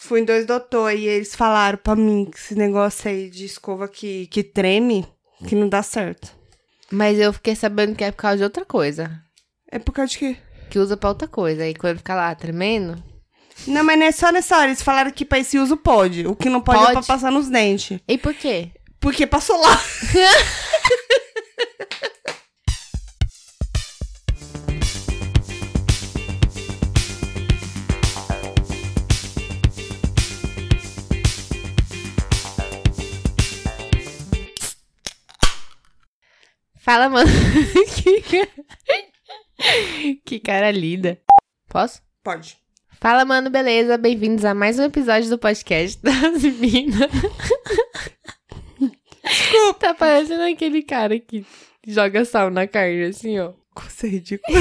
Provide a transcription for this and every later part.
Fui em 2 doutores e eles falaram pra mim que esse negócio aí de escova que treme, que não dá certo. Mas eu fiquei sabendo que é por causa de outra coisa. É por causa de quê? Que usa pra outra coisa. Aí quando fica lá tremendo... Não, mas não é só nessa hora. Eles falaram que pra esse uso pode. O que não pode é pra passar nos dentes. E por quê? Porque passou lá. Fala, mano. Que cara linda. Posso? Pode. Fala, mano, beleza? Bem-vindos a mais um episódio do podcast das minas. Desculpa. Tá parecendo aquele cara que joga sal na carne, assim, ó. Você é ridículo.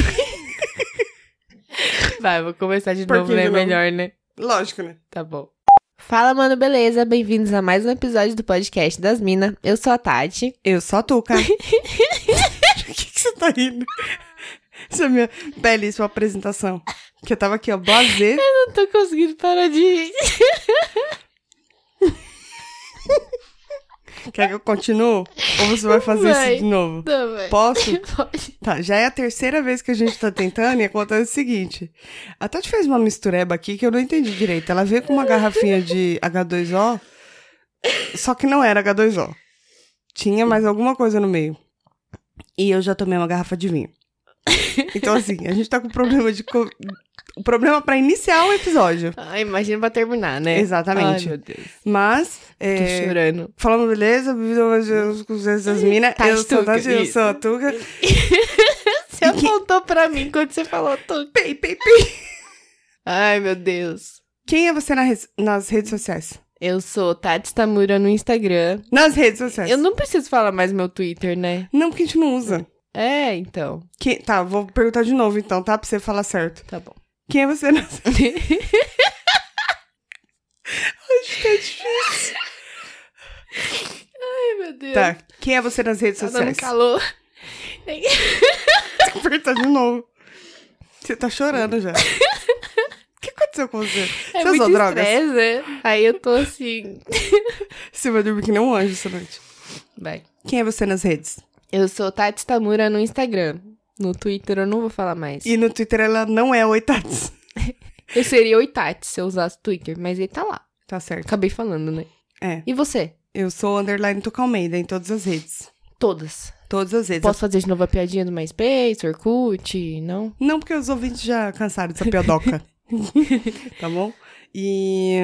Vai, vou começar de novo, né? Melhor, né? Lógico, né? Tá bom. Fala, mano, beleza? Bem-vindos a mais um episódio do podcast das minas. Eu sou a Tati. Eu sou a Tuca. Por que você tá rindo? Essa é a minha belíssima apresentação. Que eu tava aqui, ó, blasé. Eu não tô conseguindo parar de rir. Quer que eu continue? Ou você vai fazer isso de novo? Não, vai. Posso? Pode. Tá, já é a terceira vez que a gente tá tentando e acontece o seguinte. A Tati fez uma mistureba aqui que eu não entendi direito. Ela veio com uma garrafinha de H2O, só que não era H2O. Tinha mais alguma coisa no meio. E eu já tomei uma garrafa de vinho. Então, assim, a gente tá com problema de... O problema pra iniciar o episódio. Ah, imagina pra terminar, né? Exatamente. Ai, meu Deus. Mas... Tô chorando. Falando beleza, com essas minas. Eu sou a Tati, eu sou a Tuca. Você apontou pra mim quando você falou Tuca. Pei. Ai, meu Deus. Quem é você nas redes sociais? Eu sou Tati Tamura no Instagram. Nas redes sociais. Eu não preciso falar mais meu Twitter, né? Não, porque a gente não usa. É, então. Tá, vou perguntar de novo então, tá? Pra você falar certo. Tá bom. Quem é você nas... Acho que tá difícil. Ai, meu Deus. Tá, quem é você nas redes Tá sociais? dando calor. Tem que apertar de novo. Você tá chorando já. O que aconteceu com você? É Você muito usou drogas? estresse, né? Aí eu tô assim... Você vai dormir que nem um anjo essa noite. Vai. Quem é você nas redes? Eu sou Tati Tamura no Instagram. No Twitter eu não vou falar mais. E no Twitter ela não é Oitats. Eu seria Oitati se eu usasse Twitter, mas ele tá lá. Tá certo. Acabei falando, né? É. E você? Eu sou _ Tuca Almeida em todas as redes. Todas. Todas as redes. Posso fazer de novo a piadinha do MySpace, Orkut, não? Não, porque os ouvintes já cansaram dessa piadoca. Tá bom? E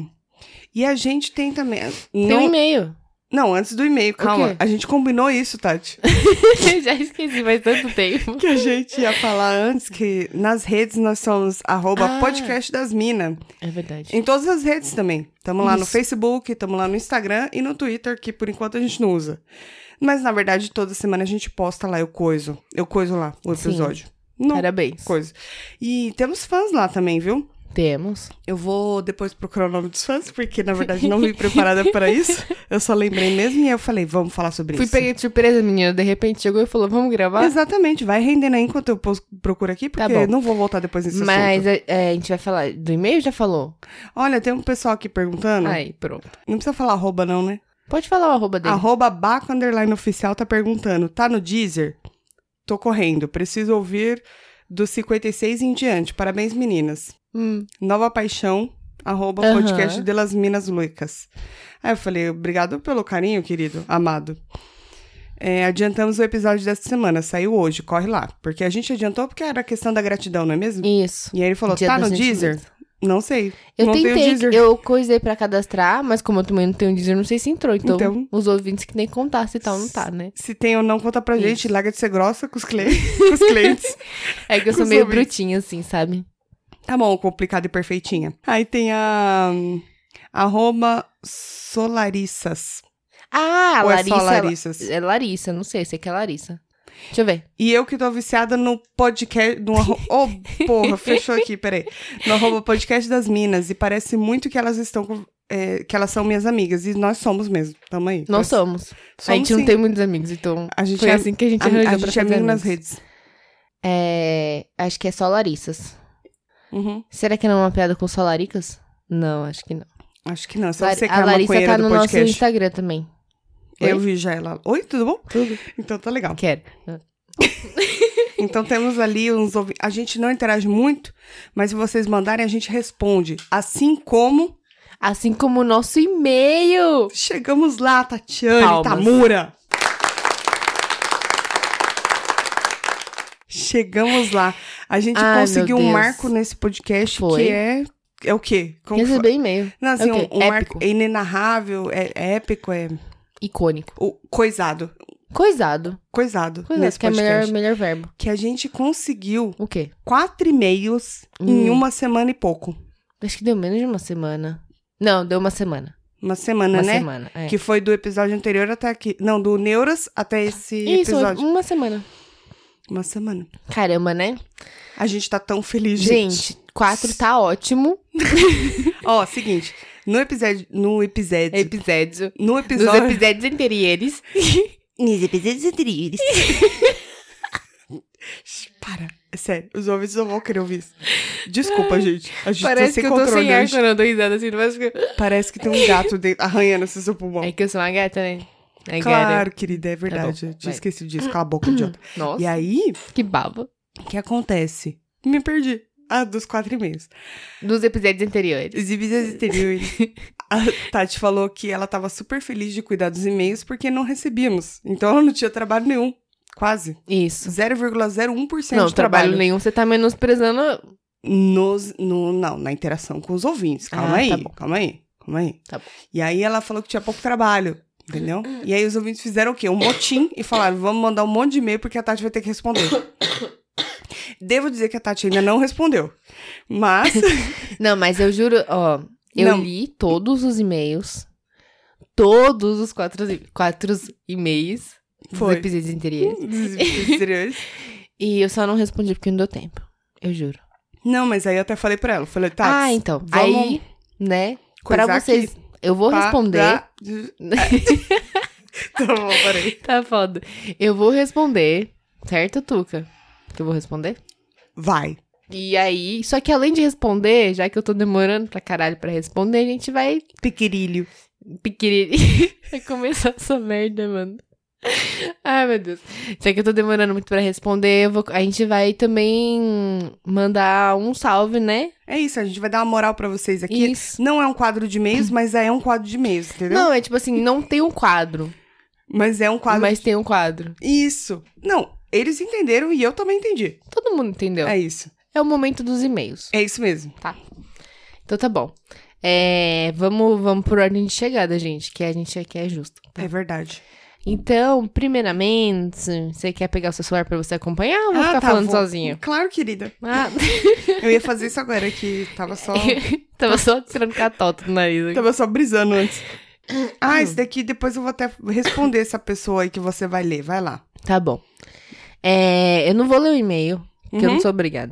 a gente tem também... Tem um e-mail. Não, antes do e-mail, calma. quê? A gente combinou isso, Tati. Já esqueci, faz tanto tempo. Que a gente ia falar antes que nas redes nós somos @podcast das minas. É verdade. Em todas as redes também. Tamo lá no Isso. Facebook, tamo lá no Instagram e no Twitter, que por enquanto a gente não usa. Mas, na verdade, toda semana a gente posta lá, eu coiso lá o episódio. Não, Parabéns. coisa. E temos fãs lá também, viu? Temos. Eu vou depois procurar o nome dos fãs, porque, na verdade, não vim preparada para isso. Eu só lembrei mesmo e aí eu falei, vamos falar sobre Fui isso. peguei de surpresa, menina. De repente chegou e falou, vamos gravar? Exatamente, vai rendendo aí enquanto eu procuro aqui, porque bom. não vou voltar depois nesse Mas assunto. a gente vai falar do e-mail, já falou? Olha, tem um pessoal aqui perguntando. Aí, pronto. Não precisa falar arroba não, né? Pode falar o arroba dele. @baco_oficial tá perguntando. Tá no Deezer? Tô correndo. Preciso ouvir dos 56 em diante. Parabéns, meninas. Nova paixão, @podcast de las minas lucas. Aí eu falei, obrigado pelo carinho, querido, amado. Adiantamos o episódio dessa semana, saiu hoje, corre lá. Porque a gente adiantou porque era a questão da gratidão, não é mesmo? Isso. E aí ele falou, Dia tá dos no Deezer? sentimentos. Não sei. Eu não tenho tentei, Deezer. eu coisei pra cadastrar, mas como eu também não tenho Deezer, não sei se entrou. Então, os ouvintes que nem contar se tá ou não tá, né? Se tem ou não, conta pra gente. Isso. Larga de ser grossa com os clientes. É que eu sou Os meio ouvintes. brutinha, assim, sabe? Tá bom, complicada e perfeitinha. Aí tem a @solarissas. Ah, Ou é Larissa. só Larissas? É Larissa, não sei que é Larissa. Deixa eu ver. E eu que tô viciada no podcast... porra, fechou aqui, peraí. No @podcast das minas. E parece muito que elas estão... que elas são minhas amigas. E nós somos mesmo. Tamo aí. Nós somos. A gente sim. não tem muitos amigos, então A gente foi assim que a gente arranjou a pra gente é fazer amigo nas amigos. redes. Acho que é só Larissas. Uhum. Será que não é uma piada com só Laricas? Não, acho que não. Acho que não. Só você que é a a Larissa maconheira tá no do nosso podcast. Instagram também. Oi? Eu vi já ela. Oi, tudo bom? Tudo. Então tá legal. Quero. Então temos ali uns... A gente não interage muito, mas se vocês mandarem, a gente responde. Assim como o nosso e-mail. Chegamos lá, Tatiane Palmas. Tamura. Chegamos lá. A gente conseguiu um marco nesse podcast que é o quê? Receber e-mail. Não, assim, um marco é inenarrável, é épico, é... icônico. Coisado. Coisado, nesse que é podcast. o melhor verbo. Que a gente conseguiu... O quê? 4 e-mails em uma semana e pouco. Acho que deu menos de uma semana. Não, deu uma semana. Uma semana, né? Uma semana, é. Que foi do episódio anterior até aqui. Não, do Neuras até esse episódio. Isso, uma semana. Uma semana. Caramba, né? A gente tá tão feliz, gente. Gente, 4 tá ótimo. Ó, seguinte. No episódio... Nos episódios anteriores. Nos episódios anteriores. Para. É sério. Os ouvintes não vão querer ouvir isso. Desculpa, gente. A gente Parece tá sem que eu tô controle sem ar hoje. quando eu dou risada assim. Não vai ficar... Parece que tem um gato arranhando esse seu pulmão. É que eu sou uma gata, né? Claro, querida. É verdade. Tá bom, Eu tinha esquecido disso. Cala a boca, idiota. Nossa. E aí... Que baba. O que acontece? Me perdi. Dos 4 e-mails. Dos episódios anteriores. Os episódios anteriores. A Tati falou que ela tava super feliz de cuidar dos e-mails porque não recebíamos. Então ela não tinha trabalho nenhum. Quase. Isso. 0,01% Não, de trabalho. nenhum, você tá menosprezando... Não, na interação com os ouvintes. Calma aí. Tá bom. E aí ela falou que tinha pouco trabalho. Entendeu? E aí os ouvintes fizeram o quê? Um motim e falaram, vamos mandar um monte de e-mail porque a Tati vai ter que responder. Devo dizer que a Tati ainda não respondeu. Mas... Não, mas eu juro, ó... Eu li todos os e-mails. Todos os 4 e-mails. Dos episódios anteriores. E eu só não respondi porque não deu tempo. Eu juro. Não, mas aí eu até falei pra ela. Falei, Tati, então. vamos Aí, né? Pra vocês... Eu vou responder. Tá bom, peraí. Tá foda. Eu vou responder. Certo, Tuca? Que eu vou responder? Vai. E aí, só que além de responder, já que eu tô demorando pra caralho pra responder, a gente vai... Piquirilho. Vai começar essa merda, mano. Ai, meu Deus. Já que eu tô demorando muito pra responder, a gente vai também mandar um salve, né? É isso, a gente vai dar uma moral pra vocês aqui. Isso. Não é um quadro de e-mails, mas é um quadro de e-mails, entendeu? Não, é tipo assim, não tem um quadro. Mas é um quadro... Mas tem um quadro. Isso. Não, eles entenderam e eu também entendi. Todo mundo entendeu. É isso. É o momento dos e-mails. É isso mesmo. Tá. Então tá bom. Vamos por ordem de chegada, gente, que a gente aqui é justo. Tá? É verdade. Então, primeiramente, você quer pegar o seu celular pra você acompanhar ou vou ficar falando sozinha? Claro, querida. Ah. Eu ia fazer isso agora, que tava só... Tava só tirando catota do nariz. Aqui. Tava só brisando antes. Esse daqui depois eu vou até responder essa pessoa aí que você vai ler. Vai lá. Tá bom. Eu não vou ler o e-mail, porque eu não sou obrigada.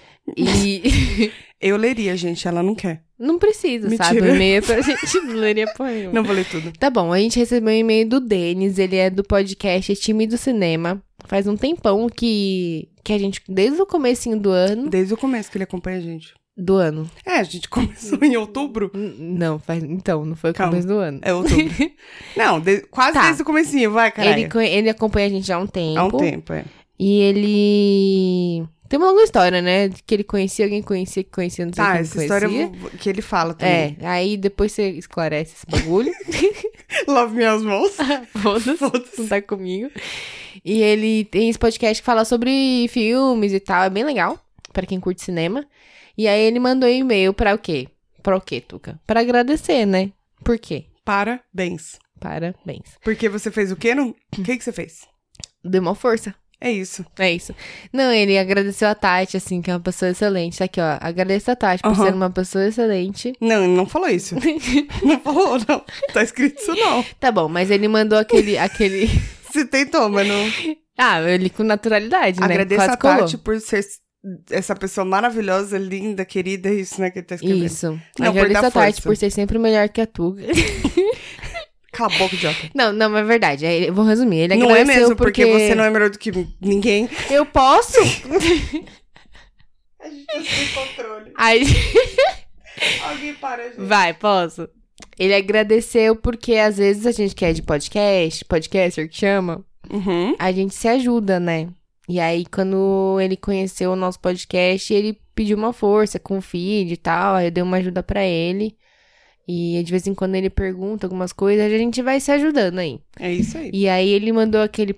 E... Eu leria, gente, ela não quer. Não precisa, Mentira. sabe? O e-mail pra gente não leria porra nenhuma. Não vou ler tudo. Tá bom, a gente recebeu um e-mail do Denis, ele é do podcast Time do Cinema. Faz um tempão que a gente, desde o comecinho do ano... Desde o começo que ele acompanha a gente. Do ano. A gente começou em outubro. Não, não foi o começo do ano. É outubro. Não, quase desde o comecinho, vai, caralho. Ele acompanha a gente há um tempo. Há um tempo, é. E ele... Tem uma longa história, né? Que ele conhecia, alguém conhecia, que conhecia, não sei quem essa conhecia. história que ele fala também. Aí depois você esclarece esse bagulho. Lave minhas mãos. Foda-se, não tá comigo. E ele tem esse podcast que fala sobre filmes e tal, é bem legal, pra quem curte cinema. E aí ele mandou um e-mail pra o quê? Pra o quê, Tuca? Pra agradecer, né? Por quê? Parabéns. Porque você fez o quê? O que você fez? Deu uma força. É isso. Não, ele agradeceu a Tati, assim, que é uma pessoa excelente. Tá aqui, ó. Agradeço a Tati por ser uma pessoa excelente. Não, ele não falou isso. Não falou, não. Tá escrito isso, não. Tá bom, mas ele mandou aquele... Você tentou, mas não... ele com naturalidade, né? Agradeço quase a Tati colou. por ser essa pessoa maravilhosa, linda, querida. Isso, né, que ele tá escrevendo. Isso. Não, agradeço a Tati por ser sempre melhor que a Tuga. Cala a boca, idiota. Não, mas é verdade. Eu vou resumir. Ele não agradeceu é mesmo, porque você não é melhor do que ninguém. Eu posso? A gente tá sem controle. Alguém para, gente. Vai, posso? Ele agradeceu porque às vezes a gente que é de podcaster que chama, a gente se ajuda, né? E aí, quando ele conheceu o nosso podcast, ele pediu uma força com o feed e tal, aí eu dei uma ajuda pra ele. E de vez em quando ele pergunta algumas coisas, a gente vai se ajudando aí. É isso aí. E aí ele mandou aquele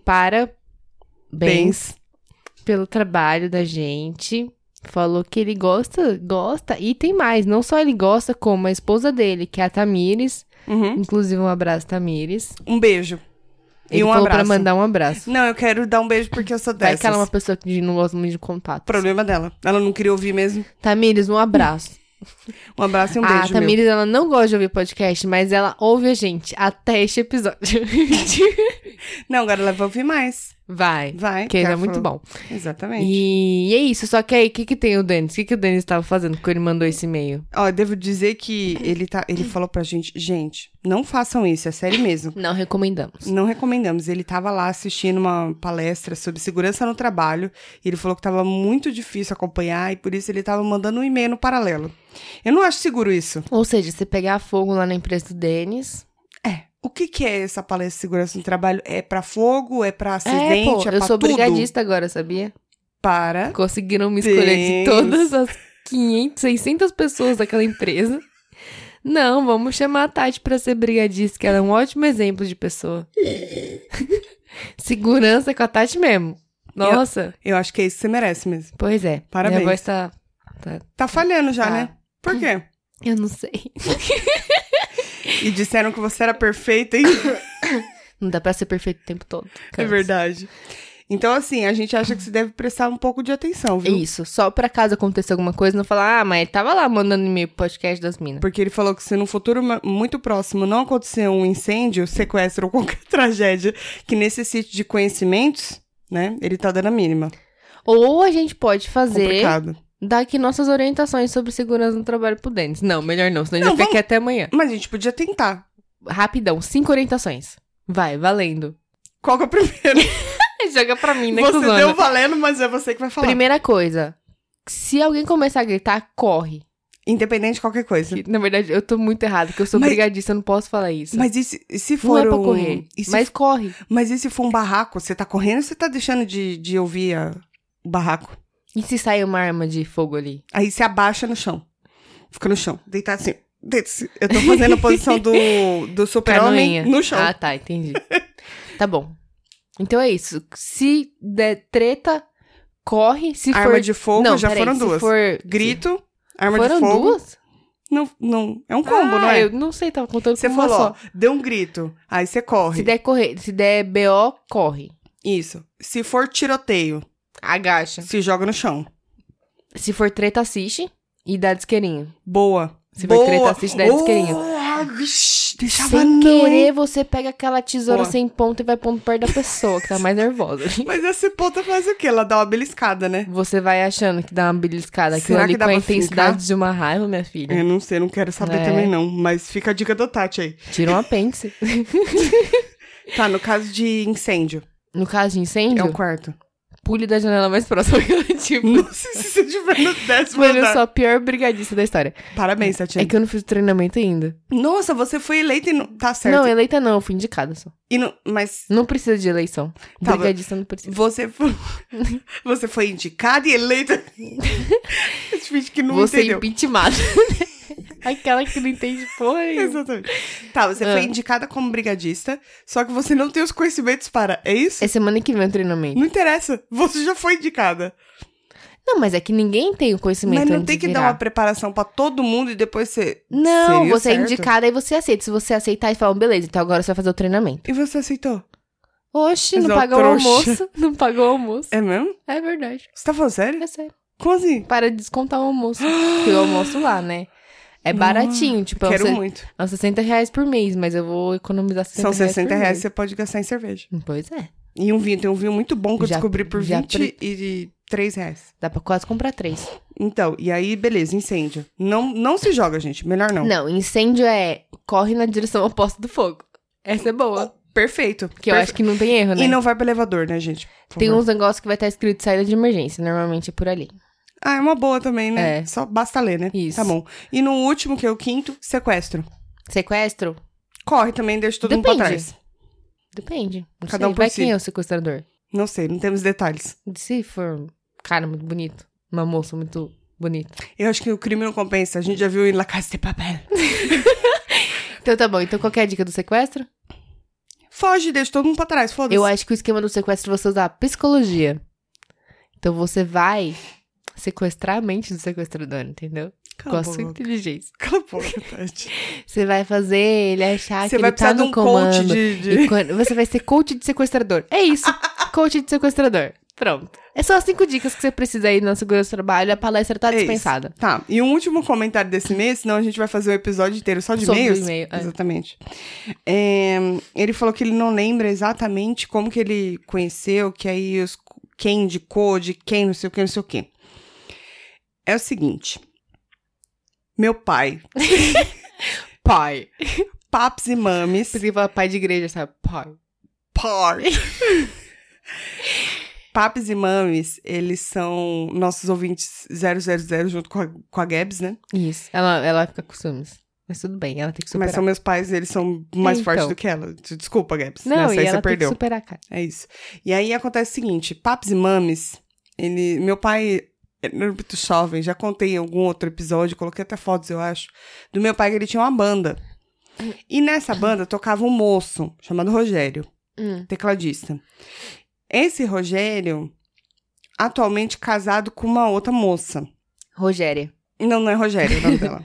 parabéns pelo trabalho da gente. Falou que ele gosta, e tem mais. Não só ele gosta, como a esposa dele, que é a Tamires. Inclusive, um abraço, Tamires. Um beijo. Ele e um falou abraço. pra mandar um abraço. Não, eu quero dar um beijo porque eu sou dessas. Vai que ela é uma pessoa que não gosta muito de contato. Problema dela. Ela não queria ouvir mesmo. Tamires, um abraço. Um abraço e um beijo, A Tamires, ela não gosta de ouvir podcast, mas ela ouve a gente até este episódio. Não, agora ela vai ouvir mais. Vai, porque ela é muito bom. Exatamente. E é isso, só que aí, o que tem o Denis? O que o Denis estava fazendo quando ele mandou esse e-mail? Ó, eu devo dizer que ele falou pra gente, não façam isso, é sério mesmo. Não recomendamos. Não recomendamos. Ele tava lá assistindo uma palestra sobre segurança no trabalho, e ele falou que tava muito difícil acompanhar, e por isso ele tava mandando um e-mail no paralelo. Eu não acho seguro isso. Ou seja, você pegar fogo lá na empresa do Denis... O que é essa palestra de segurança no trabalho? É pra fogo? É pra acidente? É pra eu sou tudo? brigadista agora, sabia? Para. Conseguiram me escolher de todas as 500, 600 pessoas daquela empresa. Não, vamos chamar a Tati pra ser brigadista, que ela é um ótimo exemplo de pessoa. Segurança com a Tati mesmo. Nossa. Eu acho que é isso que você merece mesmo. Pois é. Parabéns. Minha voz tá... Tá falhando já, Tá. né? Por quê? Eu não sei. E disseram que você era perfeita, hein? Não dá pra ser perfeito o tempo todo. É Cansa. verdade. Então, assim, a gente acha que você deve prestar um pouco de atenção, viu? Isso. Só pra caso aconteça alguma coisa, não falar, mas ele tava lá mandando e-mail pro podcast das minas. Porque ele falou que se no futuro muito próximo não acontecer um incêndio, sequestro ou qualquer tragédia que necessite de conhecimentos, né? Ele tá dando a mínima. Ou a gente pode fazer... Complicado. Dar aqui nossas orientações sobre segurança no trabalho pro Denis. Não, melhor não, senão ele vai ficar aqui até amanhã. Mas a gente podia tentar. Rapidão, 5 orientações. Vai, valendo. Qual que é o primeiro? Joga pra mim, né, Você cuzona? deu valendo, mas é você que vai falar. Primeira coisa, se alguém começar a gritar, corre. Independente de qualquer coisa. Na verdade, eu tô muito errado, porque eu sou brigadista, eu não posso falar isso. Mas e se for não é pra correr, mas corre. Mas e se for um barraco? Você tá correndo ou você tá deixando de ouvir o barraco? E se sair uma arma de fogo ali? Aí você abaixa no chão. Fica no chão. Deitado assim. Eu tô fazendo a posição do super-homem Canoinha. no chão. Ah, tá, entendi. Tá bom. Então é isso. Se der treta, corre. Se Arma for... de fogo, não, já peraí, foram se duas. For... Grito, arma Foram de fogo. duas? Não. É um combo, não é? Eu não sei, tava contando Você com uma falou, só. ó, deu um grito. Aí você corre. Se der BO, corre. Isso. Se for tiroteio, Agacha. se joga no chão. Se for treta, assiste e dá disqueirinho. Boa. Se for treta, assiste e dá disqueirinho. Vixi, deixava Sem não, querer, hein? você pega aquela tesoura Boa. sem ponta e vai pondo perto da pessoa, que tá mais nervosa. Mas essa ponta faz o quê? Ela dá uma beliscada, né? Você vai achando que dá uma beliscada. Aquilo Será ali que dá com a pra intensidade fincar? de uma raiva, minha filha. Eu não sei, não quero saber É. também não. Mas fica a dica do Tati aí. Tira um apêndice. Tá, no caso de incêndio, No caso de incêndio, é o quarto. pule da janela mais próxima que eu tipo. Nossa, se você estiver no 10º Mano, eu andar. sou a pior brigadista da história. Parabéns, Tatiana. É que eu não fiz o treinamento ainda. Nossa, você foi eleita e não... Tá certo. Não, eleita não, eu fui indicada só. E não... Mas Não precisa de eleição. Tá, Brigadista não precisa. você foi indicada e eleita... Esse finge que não Você entendeu. impeachmentada. Aquela que não entende porra nenhuma. Exatamente. Tá, você foi indicada como brigadista, só que você não tem os conhecimentos para... É isso? É semana que vem o treinamento. Não interessa. Você já foi indicada. Não, mas é que ninguém tem o conhecimento Mas não antes tem de que virar. dar uma preparação pra todo mundo e depois você... Não, Seria você é certo? indicada e você aceita. Se você aceitar e falar, beleza, então agora você vai fazer o treinamento. E você aceitou? Oxi, Mas não é o pagou o trouxa. almoço. Não pagou o almoço. É mesmo? É verdade. Você tá falando sério? É sério. Como assim? Para de descontar o almoço. Porque o almoço lá, né? É baratinho, tipo, Quero é uns muito. é uns R$60 por mês, mas eu vou economizar R$60 São 60 por reais mês. que você pode gastar em cerveja. Pois é. E um vinho. Tem um vinho muito bom que eu Já- descobri por já 23 reais. Dá pra quase comprar 3. Então, e aí, beleza, incêndio. Não se joga, gente. Melhor não. Não, incêndio é corre na direção oposta do fogo. Essa é boa. Perfeito. Que eu acho que não tem erro, né? E não vai pro elevador, né, gente? Por Tem favor. uns negócios que vai estar escrito saída de emergência. Normalmente é por ali. Ah, é uma boa também, né? É. Só basta ler, né? Isso. Tá bom. E no último, que é o quinto, sequestro. Sequestro? Corre também, deixa todo mundo pra trás. Depende. Não Cada sei. um por Vai si. quem é o sequestrador? Não sei, não temos detalhes. Se for um cara muito bonito, uma moça muito bonita. Eu acho que o crime não compensa. A gente já viu em La Casa de Papel. Então tá bom. Então qual que é a dica do sequestro? Foge, deixa todo mundo pra trás, foda-se. Eu acho que o esquema do sequestro é você usar a psicologia. Então você vai sequestrar a mente do sequestrador, entendeu? Com a sua inteligência. Cala a boca, Tati. Você vai fazer ele achar que ele tá precisar de no um comando. coach E você vai ser coach de sequestrador. É isso. Coach de sequestrador. Pronto. É só as 5 dicas que você precisa aí na segurança do trabalho. A palestra tá dispensada. Isso. Tá. E um último comentário desse mês, senão a gente vai fazer um episódio inteiro só de Sobre e-mails. e-mail, é. Exatamente. Ele falou que ele não lembra exatamente como que ele conheceu, que aí quem indicou, de quem, não sei o que, não sei o que. É o seguinte. Meu pai. Pai. Paps e mames. Porque fala pai de igreja, sabe? Pai. Paps e mames, eles são nossos ouvintes 000 junto com a Gabs, né? Isso. Ela fica com ciúmes. Mas tudo bem, ela tem que superar. Mas são meus pais, eles são mais fortes do que ela. Desculpa, Gabs. Não, Nessa e aí ela você perdeu. tem que superar, cara. É isso. E aí acontece o seguinte, Paps e mames, meu pai era muito jovem, já contei em algum outro episódio, coloquei até fotos, eu acho, do meu pai que ele tinha uma banda. E nessa banda tocava um moço chamado Rogério, tecladista. Esse Rogério, atualmente casado com uma outra moça. Rogéria. Não é Rogério, é o nome dela.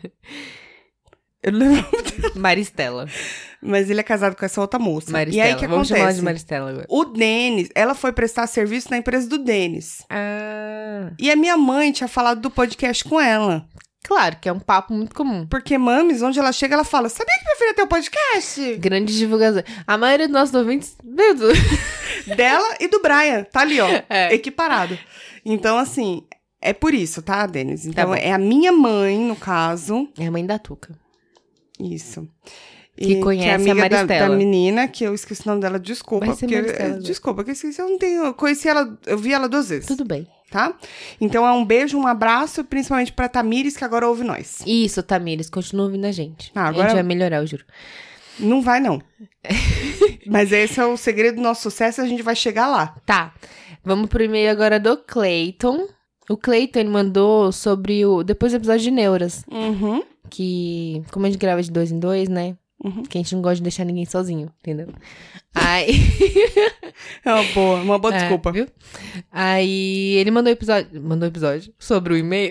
Eu não lembro dela. Maristela. Mas ele é casado com essa outra moça. Maristela. E aí, o que Vamos acontece? chamar ela de Maristela agora. O Denis, ela foi prestar serviço na empresa do Denis. Ah. E a minha mãe tinha falado do podcast com ela. Claro, que é um papo muito comum. Porque mames, onde ela chega, ela fala, sabia que minha filha tem um podcast? Grande divulgação. A maioria dos nossos ouvintes... Meu Deus. Dela e do Brian. Tá ali, ó. É. Equiparado. Então, assim, é por isso, tá, Denis? Então, Tá é a minha mãe, no caso. É a mãe da Tuca. Isso. Que conhece é amiga a Maristela. da menina, que eu esqueci o nome dela, desculpa. Vai ser Porque, Maristela, desculpa, que eu esqueci, eu conheci ela, eu vi ela 2 vezes. Tudo bem. Tá? Então é um beijo, um abraço, principalmente pra Tamires, que agora ouve nós. Isso, Tamires, continua ouvindo a gente. Agora... A gente vai melhorar, eu juro. Não vai, não. Mas esse é o segredo do nosso sucesso, a gente vai chegar lá. Tá. Vamos pro e-mail agora do Clayton. O Clayton, ele mandou sobre depois do episódio de Neuras. Uhum. Que, como a gente grava de 2 em 2, né? Uhum. Que a gente não gosta de deixar ninguém sozinho, entendeu? Aí... É uma boa desculpa. Viu? Aí ele mandou episódio sobre o e-mail.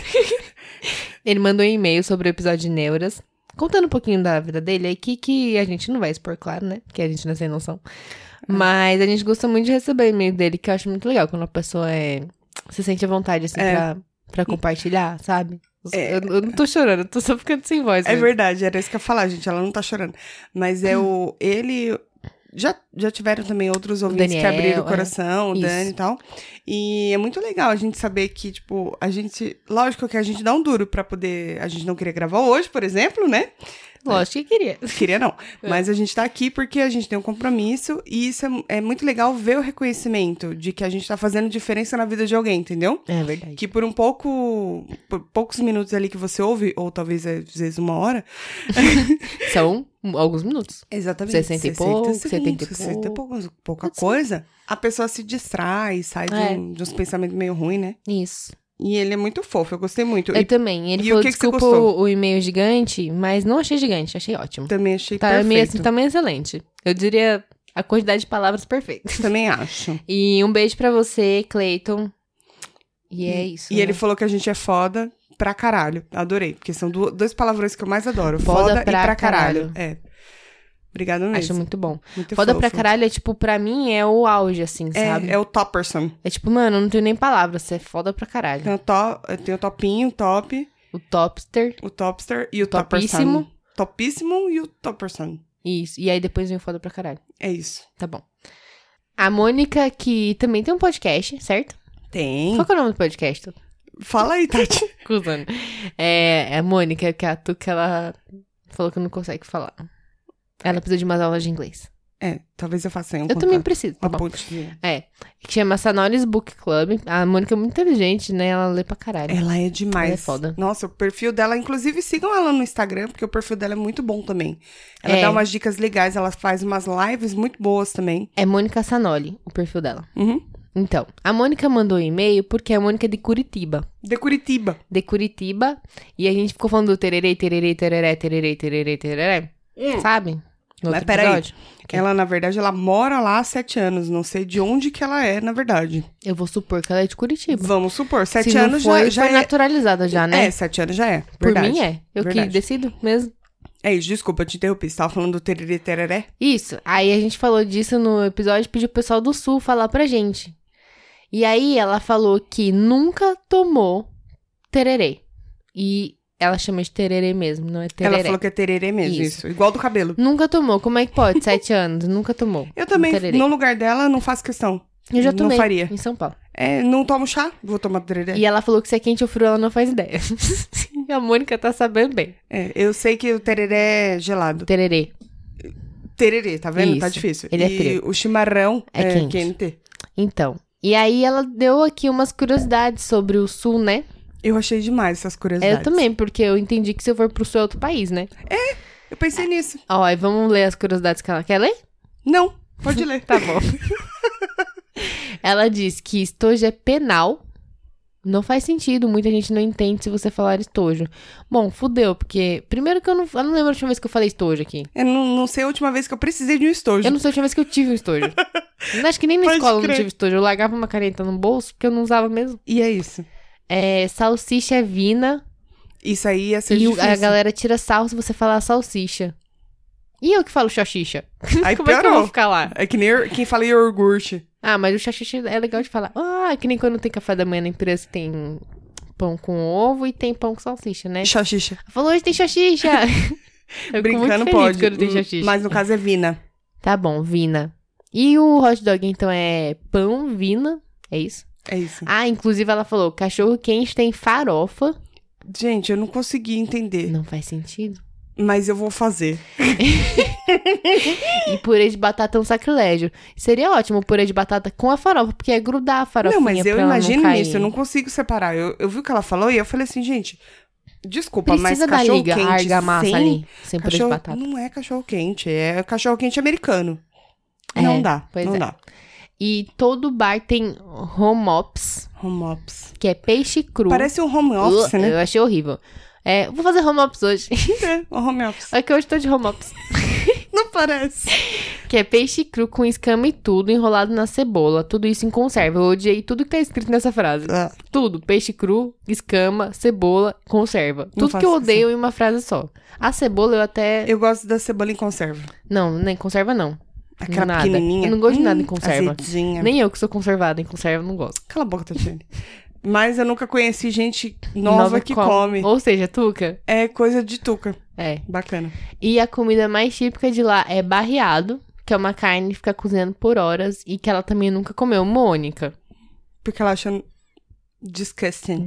Ele mandou um e-mail sobre o episódio de Neuras, contando um pouquinho da vida dele, aí que a gente não vai expor, claro, né? Porque a gente não é sem noção. Mas a gente gosta muito de receber o e-mail dele, que eu acho muito legal, quando a pessoa se sente à vontade, assim, pra compartilhar, sabe? Eu não tô chorando, eu tô só ficando sem voz. É verdade, era isso que eu ia falar, gente, ela não tá chorando. Mas ele... Já tiveram também outros ouvintes Daniel, que abriram o coração, o isso. Dani e tal. E é muito legal a gente saber que, tipo, a gente... Lógico que a gente dá um duro pra poder... A gente não queria gravar hoje, por exemplo, né? Lógico que queria. Queria não. Mas a gente tá aqui porque a gente tem um compromisso e isso é muito legal ver o reconhecimento de que a gente tá fazendo diferença na vida de alguém, entendeu? É verdade. Que por poucos minutos ali que você ouve, ou talvez às vezes 1 hora... São alguns minutos. Exatamente. 60 e pouco, 70 e pouco. 60 e pouco, pouca coisa. A pessoa se distrai, sai de uns pensamentos meio ruins, né? Isso. E ele é muito fofo, eu gostei muito. Eu também. Ele falou, desculpa o e-mail gigante, mas não achei gigante, achei ótimo. Também achei perfeito. perfeito. Assim, também excelente. Eu diria a quantidade de palavras perfeita. Também acho. E um beijo pra você, Clayton. E é isso. E ele falou que a gente é foda pra caralho. Adorei, porque são 2 palavrões que eu mais adoro. Foda e pra caralho. É. Obrigado mesmo. Acho muito bom. Muito foda fofo. pra caralho é, tipo, pra mim é o auge, assim, sabe? É o topperson. É tipo, mano, eu não tenho nem palavras, você é foda pra caralho. Tem o topinho, o top. O topster. O topster e o topíssimo. topperson. Topíssimo e o topperson. Isso. E aí depois vem o foda pra caralho. É isso. Tá bom. A Mônica, que também tem um podcast, certo? Tem. Qual que é o nome do podcast? Fala aí, Tati. Cusando. É a Mônica, que a Tuca, ela falou que não consegue falar. Ela precisa de umas aulas de inglês. Talvez eu faça aí um Eu também preciso, tá uma bom. pontinha. Que chama Sanoris Book Club. A Mônica é muito inteligente, né? Ela lê pra caralho. Ela é demais. Ela é foda. Nossa, o perfil dela, inclusive sigam ela no Instagram, porque o perfil dela é muito bom também. Ela dá umas dicas legais, ela faz umas lives muito boas também. É Mônica Sanoli, o perfil dela. Uhum. Então, a Mônica mandou um e-mail porque a Mônica é de Curitiba. De Curitiba. E a gente ficou falando do tererê, tererê, tereré, tererê, tererê, tereré. Sabe? No Mas outro peraí, episódio. ela, na verdade, ela mora lá há 7 anos. Não sei de onde que ela é, na verdade. Eu vou supor que ela é de Curitiba. Vamos supor, 7 Se não anos foi, já foi é... naturalizada já, né? 7 anos já é, Por verdade. mim é. Eu que decido mesmo. É isso, desculpa, eu te interrompi. Você tava falando do tererê, tereré? Isso. Aí a gente falou disso no episódio e pediu pro pessoal do Sul falar pra gente. E aí ela falou que nunca tomou tererê. E ela chama de tererê mesmo, não é tereré. Ela falou que é tererê mesmo, isso. Igual do cabelo. Nunca tomou. Como é que pode? 7 anos. Nunca tomou. Eu também, tererê. no lugar dela, não faço questão. Eu já tomei. Não faria. Em São Paulo. Não tomo chá, vou tomar tereré. E ela falou que se é quente ou frio, ela não faz ideia. A Mônica tá sabendo bem. Eu sei que o tereré é gelado. Tererê. Tererê, tá vendo? Isso. Tá difícil. Ele é e frio. o chimarrão É quente. quente. Então. E aí ela deu aqui umas curiosidades sobre o Sul, né? Eu achei demais essas curiosidades. Eu também, porque eu entendi que se eu for pro Sul é outro país, né? Eu pensei nisso. Ó, e vamos ler as curiosidades que ela quer ler? Não, pode ler. Tá bom. Ela diz que estojo é penal. Não faz sentido, muita gente não entende se você falar estojo. Bom, fudeu, porque... Primeiro que eu não lembro a última vez que eu falei estojo aqui. Eu não sei a última vez que eu precisei de um estojo. Eu não sei a última vez que eu tive um estojo. Eu acho que nem na Pode escola eu não crer. tive estojo. Eu largava uma caneta no bolso, porque eu não usava mesmo. E é isso. Salsicha é vina. Isso aí ia ser E difícil. a galera tira sarro se você falar salsicha. E eu que falo xoxixa? Aí Como é que eu piorou. vou ficar lá? É que nem quem fala iogurte. Ah, mas o xoxixa é legal de falar. Ah, que nem quando tem café da manhã na empresa, tem pão com ovo e tem pão com salsicha, né? Xoxixa. Falou, hoje tem xoxixa. Eu fico muito Brincando feliz pode. quando tem xoxixa. Mas no caso é vina. Tá bom, vina. E o hot dog, então, é pão, vina. É isso? É isso. Ah, inclusive ela falou, cachorro quente tem farofa. Gente, eu não consegui entender. Não faz sentido. Mas eu vou fazer. E purê de batata é um sacrilégio. Seria ótimo o purê de batata com a farofa, porque é grudar a farofinha Não, mas eu pra ela imagino não cair. isso. Eu não consigo separar. Eu vi o que ela falou e eu falei assim, gente... Desculpa, Precisa mas da cachorro liga, quente argamassa sem... ali, sem purê de Cachorro... batata. Não é cachorro quente, é cachorro quente americano. Não dá, pois não é. dá. E todo bar tem home ops, Home ops. que é peixe cru. Parece um home office, né? Eu achei horrível. Vou fazer home ops hoje. É, um home office. É que hoje tô de home ops. Não parece. Que é peixe cru com escama e tudo, enrolado na cebola. Tudo isso em conserva. Eu odiei tudo que tá escrito nessa frase. Tudo. Peixe cru, escama, cebola, conserva. Tudo que eu faço odeio em uma frase só. A cebola eu até... Eu gosto da cebola em conserva. Não, nem conserva não. Aquela Nada. pequenininha. Eu não gosto de nada em conserva. Azedinha. Nem eu que sou conservada em conserva não gosto. Cala a boca, Tatiane. Mas eu nunca conheci gente nova que come. Ou seja, tuca. É coisa de tuca. É. Bacana. E a comida mais típica de lá é barreado, que é uma carne que fica cozinhando por horas e que ela também nunca comeu. Mônica. Porque ela acha disgusting.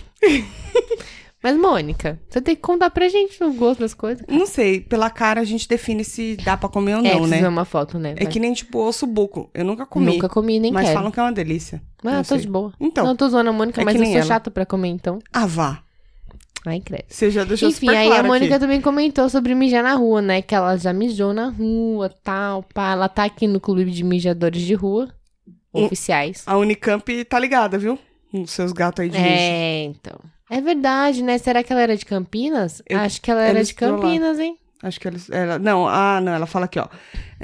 Mas, Mônica, você tem que contar pra gente o gosto das coisas. Não sei, pela cara a gente define se dá pra comer ou não, precisa né? ver uma foto, né? É que nem tipo osso buco. Eu nunca comi. Nunca comi, nem mas quero. falam que é uma delícia. Ah, Não eu tô sei. de boa. Então. Não, eu tô zoando a Mônica, É mas que eu nem sou ela. chata pra comer, então. Ah, vá. Ai, credo. Você já deixou Enfim, super aí claro a Mônica aqui. também comentou sobre mijar na rua, né? Que ela já mijou na rua, tal, pá. Ela tá aqui no clube de mijadores de rua, oficiais. A Unicamp tá ligada, viu? Os seus gatos aí de lixo. Então. É verdade, né? Será que ela era de Campinas? Acho que ela ela era de estudou lá. Campinas, hein? Acho que ela... Não, ela fala aqui, ó.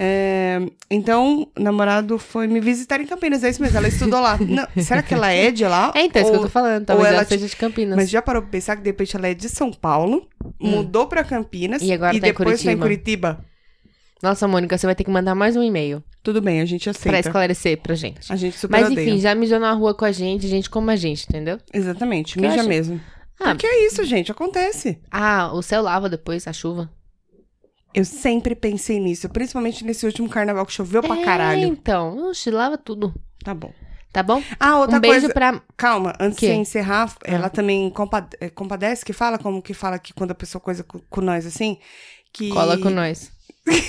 Então, o namorado foi me visitar em Campinas, é isso mesmo, ela estudou lá. Não, será que ela é de lá? Então, isso que eu tô falando. Talvez ela ela seja de Campinas. Mas já parou pra pensar que de repente ela é de São Paulo, mudou pra Campinas E agora tá em depois tá em Curitiba. Curitiba? Nossa, Mônica, você vai ter que mandar mais um e-mail Tudo bem, a gente aceita. pra esclarecer pra gente. A gente super Mas odeia. enfim, já mijou na rua com a gente como a gente, entendeu? Exatamente, Que mija acha? mesmo. Ah. Porque é isso, gente, acontece. O céu lava depois, a chuva. Eu sempre pensei nisso, principalmente nesse último carnaval que choveu pra caralho. Então, oxe, lava tudo. Tá bom. Tá bom? Outra Um beijo coisa. pra... Calma, antes Quê? de encerrar, ela também compadece, que fala, como que fala que quando a pessoa coisa com nós assim, que... Cola com nós.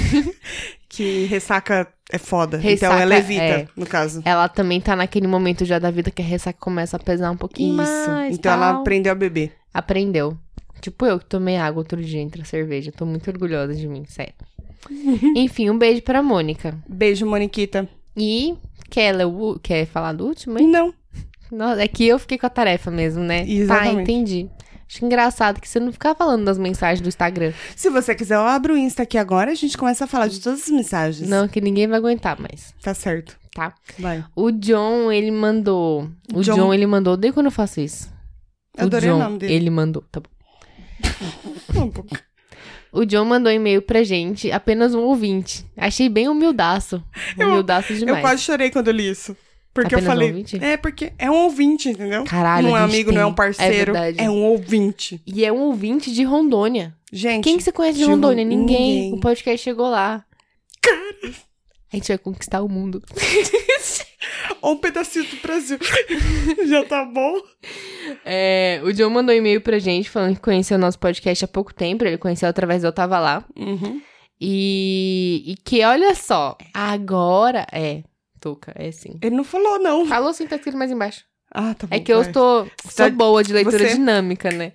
Que ressaca é foda. Ressaca, então ela evita, no caso. Ela também tá naquele momento já da vida que a ressaca começa a pesar um pouquinho mais. Então ela aprendeu a beber. Aprendeu. Tipo eu que tomei água outro dia entre a cerveja. Tô muito orgulhosa de mim, sério. Enfim, um beijo pra Mônica. Beijo, Moniquita. E quer falar do último, hein? Não. Nossa, é que eu fiquei com a tarefa mesmo, né? Exatamente. Tá, entendi. Acho engraçado que você não ficar falando das mensagens do Instagram. Se você quiser, eu abro o Insta aqui agora e a gente começa a falar de todas as mensagens. Não, que ninguém vai aguentar mais. Tá certo. Tá? Vai. O John, ele mandou... ele mandou... Odeio quando eu faço isso. Eu adorei o nome dele. Ele mandou... Tá bom. O John mandou e-mail pra gente, apenas um ouvinte. Achei bem humildaço. Humildaço demais. Eu quase chorei quando eu li isso. Porque apenas eu falei... Um ouvinte? Porque é um ouvinte, entendeu? Caralho, não é amigo, não é um parceiro. É um ouvinte. E é um ouvinte de Rondônia. Gente... Quem que você conhece de Rondônia? Ninguém. O podcast chegou lá. Cara... A gente vai conquistar o mundo. Ou um pedacinho do Brasil. Já tá bom? O John mandou um e-mail pra gente falando que conheceu o nosso podcast há pouco tempo. Ele conheceu através do Eu Tava Lá. Uhum. E que, olha só, agora... Tuca, é sim. Ele não falou, não. Falou sim, tá escrito mais embaixo. Ah, tá bom. É que eu sou boa de leitura dinâmica, né?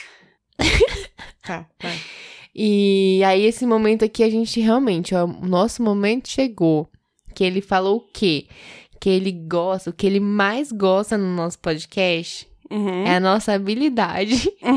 Tá, vai. E aí, esse momento aqui, a gente realmente, o nosso momento chegou. Que ele falou o quê? Que ele gosta, o que ele mais gosta no nosso podcast é a nossa habilidade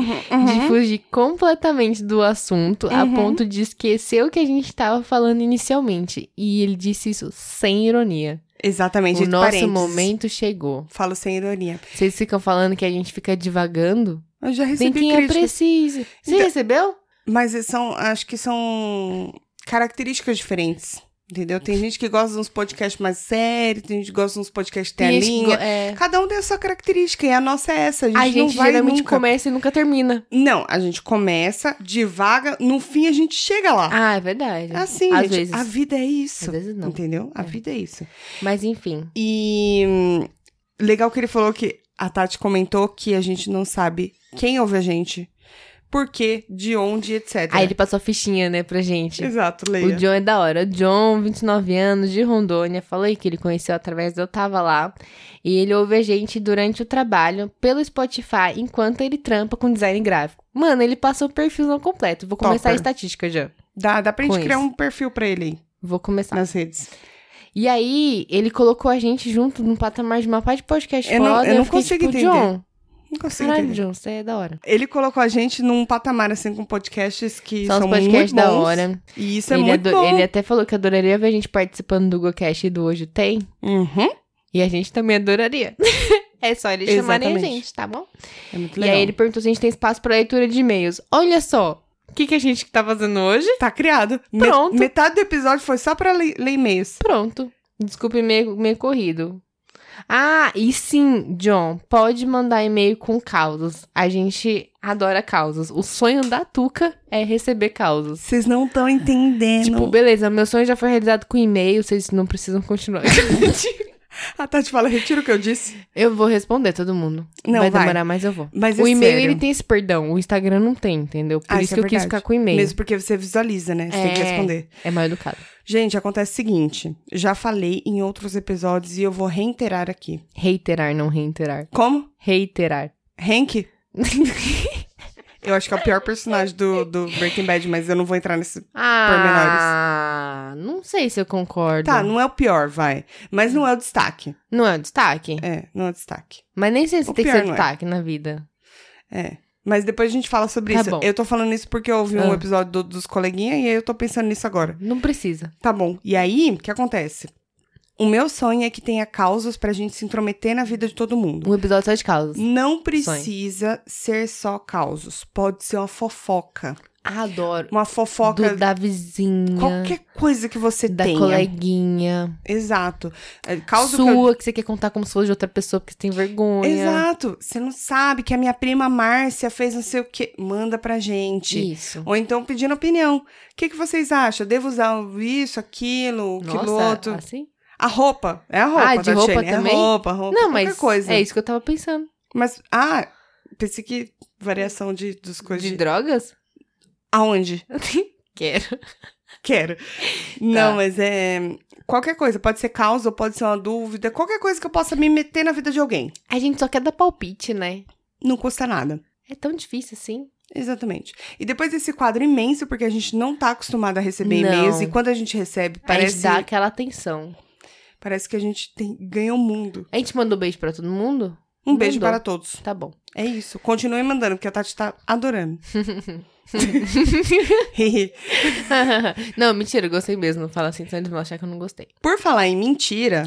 de fugir completamente do assunto a ponto de esquecer o que a gente tava falando inicialmente. E ele disse isso sem ironia. Exatamente. O nosso momento chegou. Falo sem ironia. Vocês ficam falando que a gente fica divagando? Eu já recebi Tem quem é preciso. Você recebeu? Mas acho que são características diferentes, entendeu? Tem gente que gosta de uns podcasts mais sérios, tem gente que gosta de uns podcasts telinha. Cada um tem a sua característica, e a nossa é essa. A gente não vai geralmente nunca. Começa e nunca termina. Não, a gente começa, devaga, no fim a gente chega lá. Ah, é verdade. Assim, Às gente, vezes. a vida é isso. Às vezes não. Entendeu? A vida é isso. Mas enfim. E legal que ele falou que a Tati comentou que a gente não sabe quem ouve a gente, por quê, de onde, etc. Aí ele passou a fichinha, né, pra gente. Exato, leia. O John é da hora. O John, 29 anos, de Rondônia. Falei que ele conheceu através do Eu Tava Lá. E ele ouve a gente durante o trabalho, pelo Spotify, enquanto ele trampa com design gráfico. Mano, ele passou o perfil completo. Vou começar a estatística já. Dá pra gente criar um perfil pra ele aí. Vou começar. Nas redes. E aí, ele colocou a gente junto num patamar de uma parte de podcast foda. Eu não consigo entender. John, não consigo caralho, entender. John, você é da hora. Ele colocou a gente num patamar, assim, com podcasts que são muito podcasts bons. Da hora. E isso é muito bom. Ele até falou que adoraria ver a gente participando do GoCast e do Hoje Tem. Uhum. E a gente também adoraria. É só eles chamarem a gente, tá bom? É muito legal. E aí ele perguntou se a gente tem espaço pra leitura de e-mails. Olha só, o que a gente tá fazendo hoje? Tá criado. Pronto. Metade do episódio foi só pra ler e-mails. Pronto. Desculpe, meio corrido. Ah, e sim, John, pode mandar e-mail com causos. A gente adora causos. O sonho da Tuca é receber causos. Vocês não estão entendendo. Tipo, beleza, meu sonho já foi realizado com e-mail, vocês não precisam continuar. A Tati fala, retira o que eu disse. Eu vou responder todo mundo. Não, vai demorar, mas eu vou. Mas o e-mail, sério. ele tem esse perdão. O Instagram não tem, entendeu? Por isso que eu quis ficar com o e-mail. Mesmo porque você visualiza, né? Você tem que responder. É mal educado. Gente, acontece o seguinte. Já falei em outros episódios e eu vou reiterar aqui. Reiterar, não reiterar. Como? Reiterar. Hank? Eu acho que é o pior personagem do Breaking Bad, mas eu não vou entrar nesse pormenores. Não sei se eu concordo. Tá, não é o pior, vai. Mas não é o destaque. Não é o destaque? Não é o destaque. Mas nem sei se O tem que pior ser não é. destaque na vida. Mas depois a gente fala sobre isso. Bom. Eu tô falando isso porque eu ouvi um episódio dos coleguinhas e aí eu tô pensando nisso agora. Não precisa. Tá bom. E aí, o que acontece? O meu sonho é que tenha causas pra gente se intrometer na vida de todo mundo. Um episódio só de causas. Não precisa ser só causos. Pode ser uma fofoca. Adoro. Uma fofoca... Da vizinha. Qualquer coisa que você da tenha. Coleguinha. Exato. Causa Sua, que você quer contar como se fosse de outra pessoa, porque você tem vergonha. Exato. Você não sabe que a minha prima Márcia fez não sei o quê. Manda pra gente. Isso. Ou então pedindo opinião. O que vocês acham? Devo usar isso, aquilo, aquilo outro? Assim? A roupa. É a roupa, de roupa Tatiane. também? É roupa, Não, qualquer mas coisa. é isso que eu tava pensando. Mas, pensei que variação dos coisas De drogas? Aonde? Quero. Não, mas qualquer coisa. Pode ser causa ou pode ser uma dúvida. Qualquer coisa que eu possa me meter na vida de alguém. A gente só quer dar palpite, né? Não custa nada. É tão difícil assim. Exatamente. E depois desse quadro imenso, porque a gente não tá acostumado a receber e-mails. E quando a gente recebe, parece... A gente dá aquela atenção. Parece que a gente ganhou o mundo. A gente mandou beijo pra todo mundo? Um beijo para todos. Tá bom. É isso. Continue mandando, porque a Tati tá adorando. Não, mentira, eu gostei mesmo. Não fala assim, senão eles vão achar que eu não gostei. Por falar em mentira...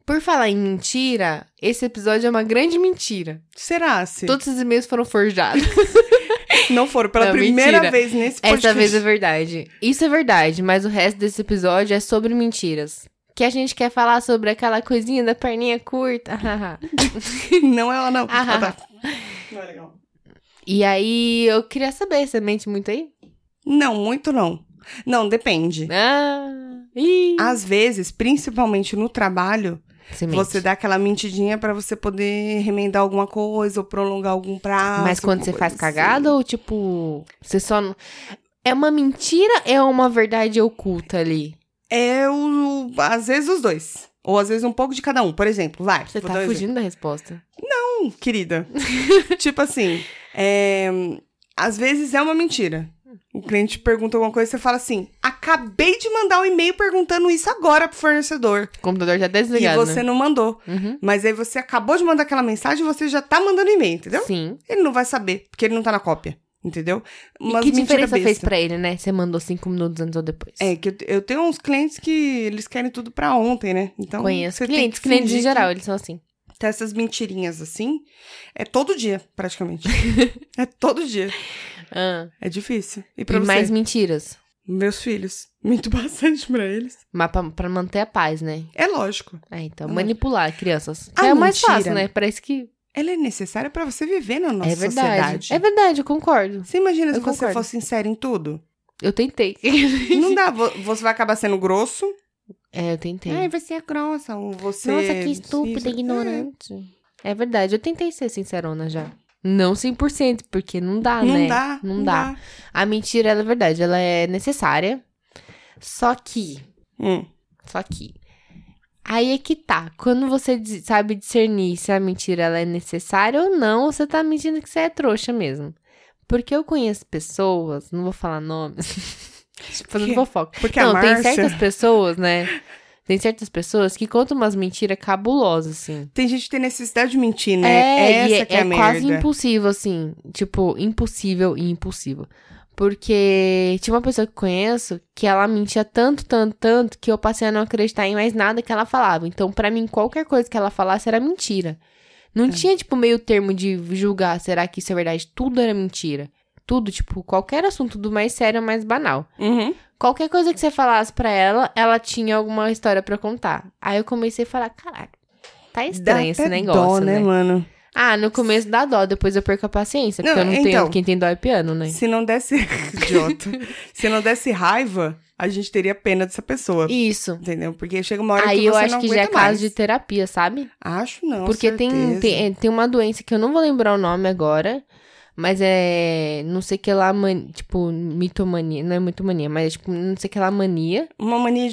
esse episódio é uma grande mentira. Será, se? Todos os e-mails foram forjados. Não foram, pela primeira vez nesse podcast. Essa vez é verdade. Isso é verdade, mas o resto desse episódio é sobre mentiras. Que a gente quer falar sobre aquela coisinha da perninha curta. Não é ela, não. Tá. Não é legal. E aí, eu queria saber, você mente muito aí? Não, muito não. Não, depende. Às vezes, principalmente no trabalho, você dá aquela mentidinha pra você poder remendar alguma coisa ou prolongar algum prazo. Mas quando você faz cagada ou, tipo, você só... É uma mentira ou é uma verdade oculta ali? Às vezes os dois. Ou às vezes um pouco de cada um. Por exemplo, vai. Você tá fugindo da resposta. Não, querida. Tipo assim, às vezes é uma mentira. O cliente pergunta alguma coisa e você fala assim, acabei de mandar um e-mail perguntando isso agora pro fornecedor. O computador já tá desligado, e você não mandou. Uhum. Mas aí você acabou de mandar aquela mensagem e você já tá mandando e-mail, entendeu? Sim. Ele não vai saber, porque ele não tá na cópia. Entendeu? Mas que diferença fez pra ele, né? Você mandou 5 minutos antes ou depois. É, que eu tenho uns clientes que eles querem tudo pra ontem, né? Então, conheço clientes em geral, eles são assim. Tem essas mentirinhas assim, é todo dia, praticamente. É todo dia. É difícil. E pra você? Mais mentiras? Meus filhos. Minto bastante pra eles. Mas pra manter a paz, né? É lógico. Então, manipular crianças. A é o mais mentira, fácil, né? Parece que... Ela é necessária pra você viver na nossa sociedade. É verdade, eu concordo. Você imagina se você fosse sincero em tudo? Eu tentei. Não dá, você vai acabar sendo grosso. Eu tentei. Ai, você é grossa, ou você... Nossa, que estúpida, ignorante. É verdade, eu tentei ser sincerona já. Não 100%, porque não dá, né? Não dá. A mentira, ela é verdade, ela é necessária. Só que... Aí é que tá. Quando você sabe discernir se a mentira ela é necessária ou não, você tá mentindo que você é trouxa mesmo. Porque eu conheço pessoas, não vou falar nomes, fazendo fofoca. Porque não, tem certas pessoas, né? Tem certas pessoas que contam umas mentiras cabulosas, assim. Tem gente que tem necessidade de mentir, né? Essa que é a merda. É quase impossível, assim. Tipo, impossível e impossível. Porque tinha uma pessoa que eu conheço que ela mentia tanto, que eu passei a não acreditar em mais nada que ela falava. Então, pra mim, qualquer coisa que ela falasse era mentira. Não tinha, tipo, meio termo de julgar, será que isso é verdade? Tudo era mentira. Tudo, tipo, qualquer assunto do mais sério ou mais banal. Uhum. Qualquer coisa que você falasse pra ela, ela tinha alguma história pra contar. Aí eu comecei a falar, caralho, tá estranho esse negócio, dó, né, mano? No começo dá dó, depois eu perco a paciência. Porque eu não tenho quem tem dó é piano, né? Se não desse... Idiota. Se não desse raiva, a gente teria pena dessa pessoa. Isso. Entendeu? Porque chega uma hora que você não aguenta mais. Aí eu acho que já é caso de terapia, sabe? Acho não, porque tem uma doença que eu não vou lembrar o nome agora, mas é não sei que lá, tipo, mitomania. Não é mitomania, mas é tipo, não sei que lá mania. Uma mania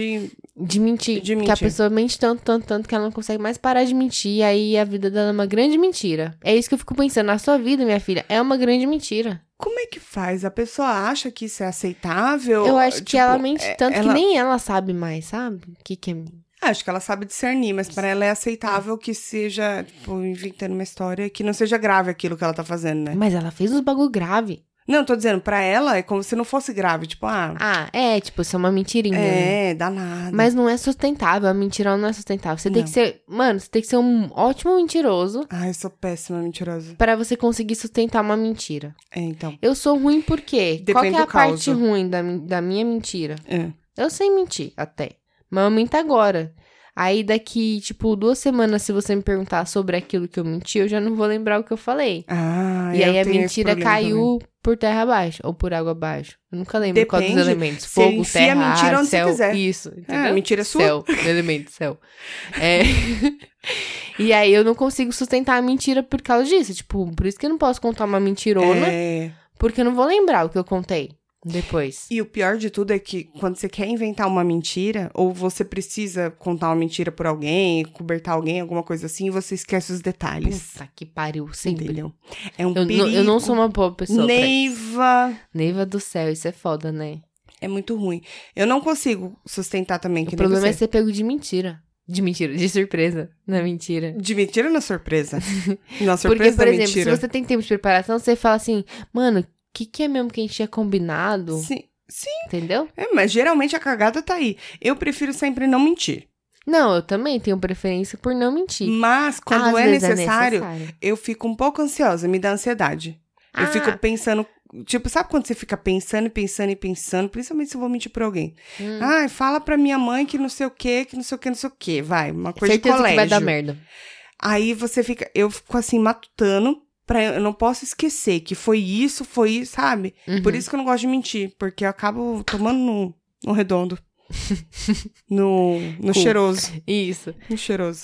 de mentir. Que a pessoa mente tanto que ela não consegue mais parar de mentir. E aí a vida dela é uma grande mentira. É isso que eu fico pensando. A sua vida, minha filha, é uma grande mentira. Como é que faz? A pessoa acha que isso é aceitável? Eu acho que ela mente tanto que nem ela sabe mais, sabe? O que é... Acho que ela sabe discernir, mas para ela é aceitável que seja, tipo, inventando uma história que não seja grave aquilo que ela tá fazendo, né? Mas ela fez uns bagulho grave. Não, tô dizendo, pra ela é como se não fosse grave, tipo, tipo, isso é uma mentirinha. É, danado. Mas não é sustentável, a mentira não é sustentável. Você tem que ser, você tem que ser um ótimo mentiroso. Eu sou péssima mentirosa. Pra você conseguir sustentar uma mentira. Então. Eu sou ruim por quê? Qual que é a parte ruim da minha mentira? Eu sei mentir, até. Mas eu minto agora. Aí daqui, tipo, 2 semanas, se você me perguntar sobre aquilo que eu menti, eu já não vou lembrar o que eu falei. E aí a mentira caiu por terra abaixo, ou por água abaixo. Eu nunca lembro qual dos elementos. Fogo, terra, ar, céu. Isso, entendeu? A mentira é sua. Céu, elemento, céu. E aí eu não consigo sustentar a mentira por causa disso. Tipo, por isso que eu não posso contar uma mentirona, porque eu não vou lembrar o que eu contei. depois. E o pior de tudo é que quando você quer inventar uma mentira, ou você precisa contar uma mentira por alguém, cobertar alguém, alguma coisa assim, você esquece os detalhes. Puta que pariu, sempre. Entendeu? É um perigo. Eu não sou uma boa pessoa. Neiva. Neiva do céu, isso é foda, né? É muito ruim. Eu não consigo sustentar também, que O nem problema é você. ser pego de mentira. De surpresa. Na mentira. De mentira ou na surpresa? Na surpresa Porque, por da exemplo, mentira. se você tem tempo de preparação, você fala assim, mano, o que é mesmo que a gente tinha combinado? Sim. Entendeu? Mas geralmente a cagada tá aí. Eu prefiro sempre não mentir. Não, eu também tenho preferência por não mentir. Mas, quando Às é vezes necessário, eu fico um pouco ansiosa, me dá ansiedade. Eu fico pensando, tipo, sabe quando você fica pensando, principalmente se eu vou mentir pra alguém? Ai, fala pra minha mãe que não sei o quê, vai, uma coisa Certeza de colégio. que vai dar merda. Aí eu fico assim, matutando, eu não posso esquecer que foi isso, sabe? Por isso que eu não gosto de mentir, porque eu acabo tomando no redondo. no cheiroso. Isso. No cheiroso.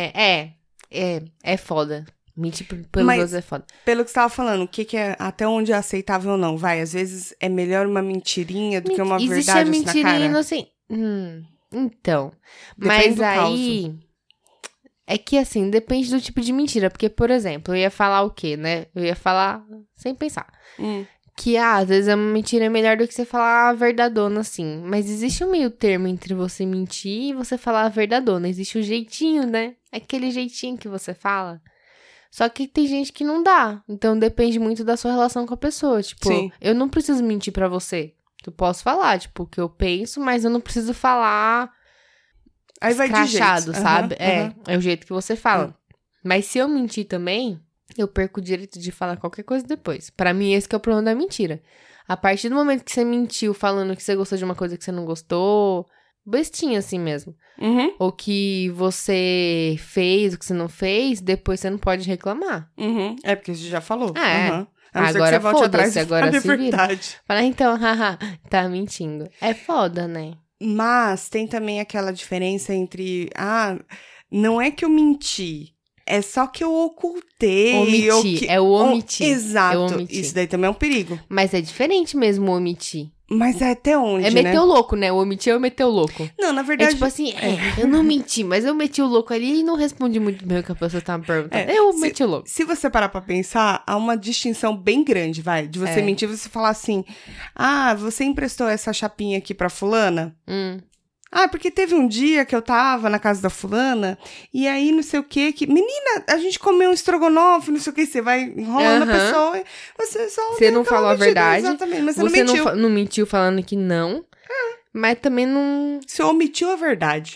É foda. Mentir pelos outros é foda. Pelo que você tava falando, o que é até onde é aceitável ou não? Vai, às vezes é melhor uma mentirinha do que uma Existe verdade a assim na mentirinha cara. assim. Então. Depende Mas do aí. É que assim, depende do tipo de mentira. Porque, por exemplo, eu ia falar o quê, né? Eu ia falar sem pensar. Que às vezes uma mentira é melhor do que você falar a verdadona, assim. Mas existe um meio termo entre você mentir e você falar a verdadona. Existe um jeitinho, né? Aquele jeitinho que você fala. Só que tem gente que não dá. Então depende muito da sua relação com a pessoa. Tipo, Sim. Eu não preciso mentir pra você. Eu posso falar, tipo, o que eu penso, mas eu não preciso falar Aí vai de escrachado, jeito. sabe? É o jeito que você fala. Mas se eu mentir também, eu perco o direito de falar qualquer coisa depois. Pra mim, esse que é o problema da mentira. A partir do momento que você mentiu falando que você gostou de uma coisa que você não gostou, bestinha assim mesmo. Ou que você fez o que você não fez, depois você não pode reclamar. É porque você já falou. Agora foda-se, agora se vira. Verdade. Fala, então, haha, tá mentindo. É foda, né? Mas tem também aquela diferença entre... não é que eu menti. É só que eu ocultei. Omitir. É o omitir. Exato. É o omitir. Isso daí também é um perigo. Mas é diferente mesmo o omitir. Mas é até onde, É meter o louco, né? O omitir é o meter o louco. Não, na verdade... É tipo assim, eu não menti, mas eu meti o louco ali e não respondi muito bem o que a pessoa tava me perguntando. Eu meti o louco. Se você parar pra pensar, há uma distinção bem grande, vai. De você mentir, você falar assim... você emprestou essa chapinha aqui pra fulana? Porque teve um dia que eu tava na casa da fulana, e aí não sei o que, menina, a gente comeu um estrogonofe, não sei o que, você vai enrolando a pessoa, e você só... Você não falou a verdade. Exatamente, mas você não mentiu. Não mentiu falando que não, mas também não... Você omitiu a verdade.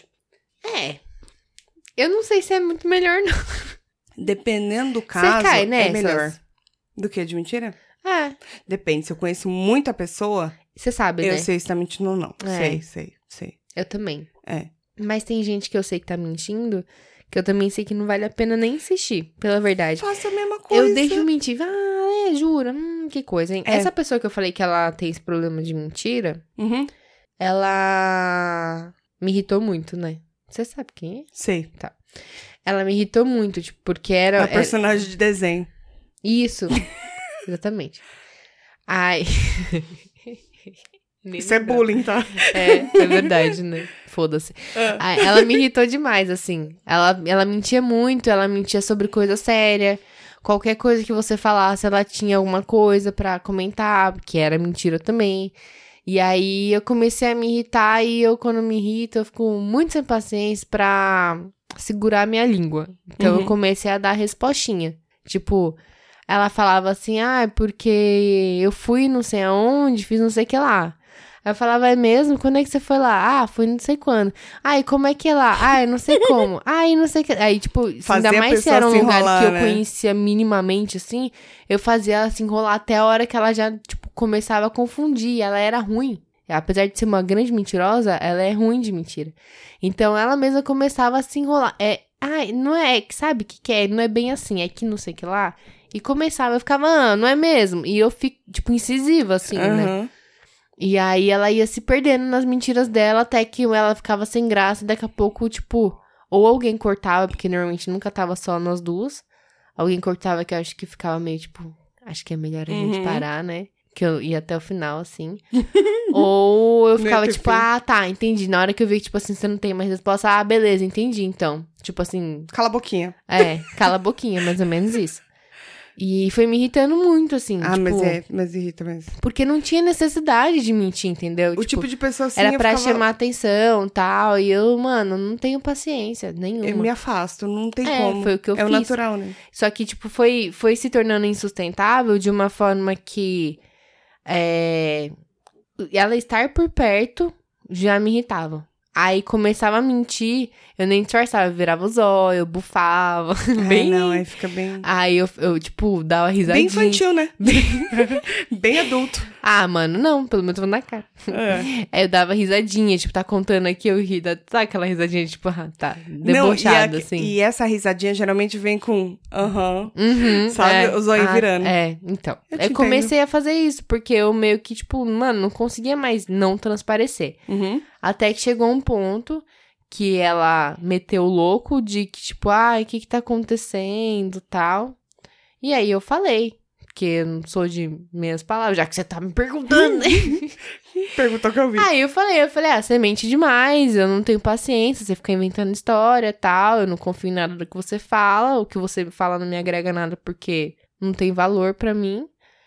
Eu não sei se é muito melhor, não. Dependendo do caso, você cai é nessas? melhor. Do que? De mentira? É. Depende, se eu conheço muita pessoa... Você sabe, né? Eu sei se tá mentindo ou não. Sei. Eu também. É. Mas tem gente que eu sei que tá mentindo, que eu também sei que não vale a pena nem insistir, pela verdade. Faço a mesma coisa. Eu deixo mentir. Jura? Que coisa, hein? Essa pessoa que eu falei que ela tem esse problema de mentira, ela me irritou muito, né? Você sabe quem é? Sei. Tá. Ela me irritou muito, tipo, porque era... A personagem de desenho. Isso. Exatamente. Isso é bullying, tá? É verdade, né? Foda-se. Ela me irritou demais, assim. Ela mentia muito, ela mentia sobre coisa séria. Qualquer coisa que você falasse, ela tinha alguma coisa pra comentar, que era mentira também. E aí, eu comecei a me irritar e quando me irrito, eu fico muito sem paciência pra segurar a minha língua. Então, eu comecei a dar respostinha. Tipo, ela falava assim, porque eu fui não sei aonde, fiz não sei o que lá. Aí eu falava, é mesmo? Quando é que você foi lá? Fui não sei quando. E como é que é lá? Eu não sei como. Não sei o que. Aí, tipo, ainda mais se era um lugar que eu conhecia minimamente, assim, eu fazia ela se enrolar até a hora que ela já, tipo, começava a confundir. Ela era ruim. Apesar de ser uma grande mentirosa, ela é ruim de mentira. Então, ela mesma começava a se enrolar. Não é, sabe o que é? Não é bem assim, é que não sei o que lá. E começava, eu ficava, não é mesmo? E eu fico, tipo, incisiva, assim, né? E aí ela ia se perdendo nas mentiras dela, até que ela ficava sem graça, e daqui a pouco, tipo, ou alguém cortava, porque normalmente nunca tava só nós duas. Alguém cortava que eu acho que ficava meio, tipo, acho que é melhor a gente parar, né? que eu ia até o final, assim. Ou eu ficava, tipo, tá, entendi. Na hora que eu vi que, tipo assim, você não tem mais resposta, beleza, entendi, então. Tipo assim... Cala a boquinha. Cala a boquinha, mais ou menos isso. E foi me irritando muito, assim. Mas irrita mesmo. Porque não tinha necessidade de mentir, entendeu? O tipo de pessoa assim, era pra chamar atenção e tal. E eu, mano, não tenho paciência nenhuma. Eu me afasto, não tem como. Foi o que eu fiz. É o natural, né? Só que, tipo, foi se tornando insustentável de uma forma que... ela estar por perto já me irritava. Aí começava a mentir, eu nem disfarçava, eu virava os olhos, eu bufava. Aí fica bem... Aí eu, tipo, dava risadinha. Bem infantil, né? Bem adulto. Mano, não, pelo menos eu vou na cara. Aí eu dava risadinha, tipo, tá contando aqui, eu ri, sabe aquela risadinha, tipo, tá, debochada, assim. E essa risadinha geralmente vem com, sabe, os olhos virando. Então. Eu comecei a fazer isso, porque eu meio que, tipo, mano, não conseguia mais não transparecer. Até que chegou um ponto que ela meteu o louco de que, tipo, o que tá acontecendo, tal. E aí eu falei, porque eu não sou de meias palavras, já que você tá me perguntando, né? Perguntou que eu vi. Aí eu falei, você mente demais, eu não tenho paciência, você fica inventando história, tal, eu não confio em nada do que você fala, o que você fala não me agrega nada porque não tem valor pra mim.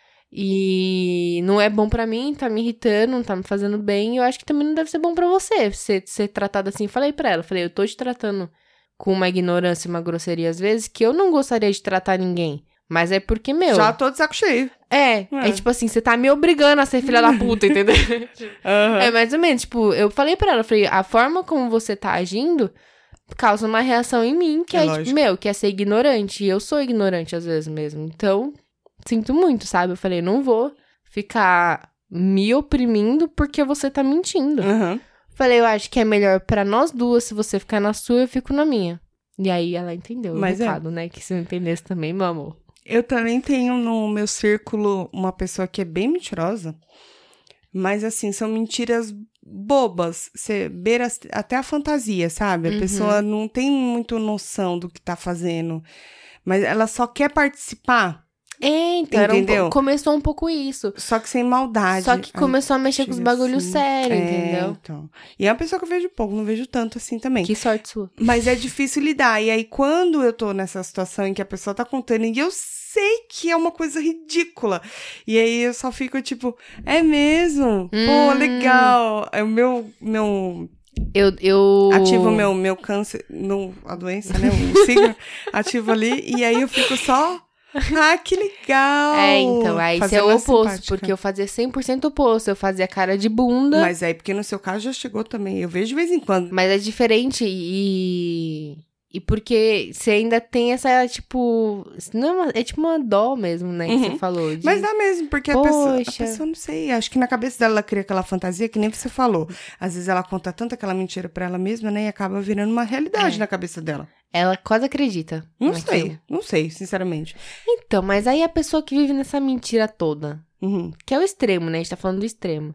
E não é bom pra mim, tá me irritando, não tá me fazendo bem. E eu acho que também não deve ser bom pra você ser tratada assim. Falei pra ela, eu tô te tratando com uma ignorância e uma grosseria às vezes que eu não gostaria de tratar ninguém. Mas é porque, já tô de saco cheio. É tipo assim, você tá me obrigando a ser filha da puta, entendeu? É mais ou menos, tipo, eu falei pra ela, a forma como você tá agindo causa uma reação em mim que tipo, que é ser ignorante. E eu sou ignorante às vezes mesmo. Então... sinto muito, sabe? Eu falei, não vou ficar me oprimindo porque você tá mentindo. Falei, eu acho que é melhor pra nós duas, se você ficar na sua, eu fico na minha. E aí ela entendeu o recado, né? Que se eu entendesse também, meu amor. Eu também tenho no meu círculo uma pessoa que é bem mentirosa, mas assim, são mentiras bobas. Você beira até a fantasia, sabe? A pessoa não tem muito noção do que tá fazendo, mas ela só quer participar. Então, começou um pouco isso. Só que sem maldade. Só que começou a mexer com os bagulhos sérios, entendeu? Então. E é uma pessoa que eu vejo pouco, não vejo tanto assim também. Que sorte sua. Mas é difícil lidar. E aí, quando eu tô nessa situação em que a pessoa tá contando, e eu sei que é uma coisa ridícula. E aí, eu só fico tipo, é mesmo? Pô, legal. É o meu... Eu ativo o meu câncer, a doença, né? O signo ativo ali. E aí, eu fico só... que legal! Então, aí isso é o oposto, simpática. Porque eu fazia 100% oposto, eu fazia cara de bunda. Mas aí, porque no seu caso já chegou também, eu vejo de vez em quando. Mas é diferente e porque você ainda tem essa, tipo, não é tipo uma dó mesmo, né, que você falou. Mas dá mesmo, porque a pessoa, não sei, acho que na cabeça dela ela cria aquela fantasia que nem você falou. Às vezes ela conta tanto aquela mentira pra ela mesma, né, e acaba virando uma realidade na cabeça dela. Ela quase acredita. Não sei, sinceramente. Então, mas aí a pessoa que vive nessa mentira toda, que é o extremo, né? A gente tá falando do extremo.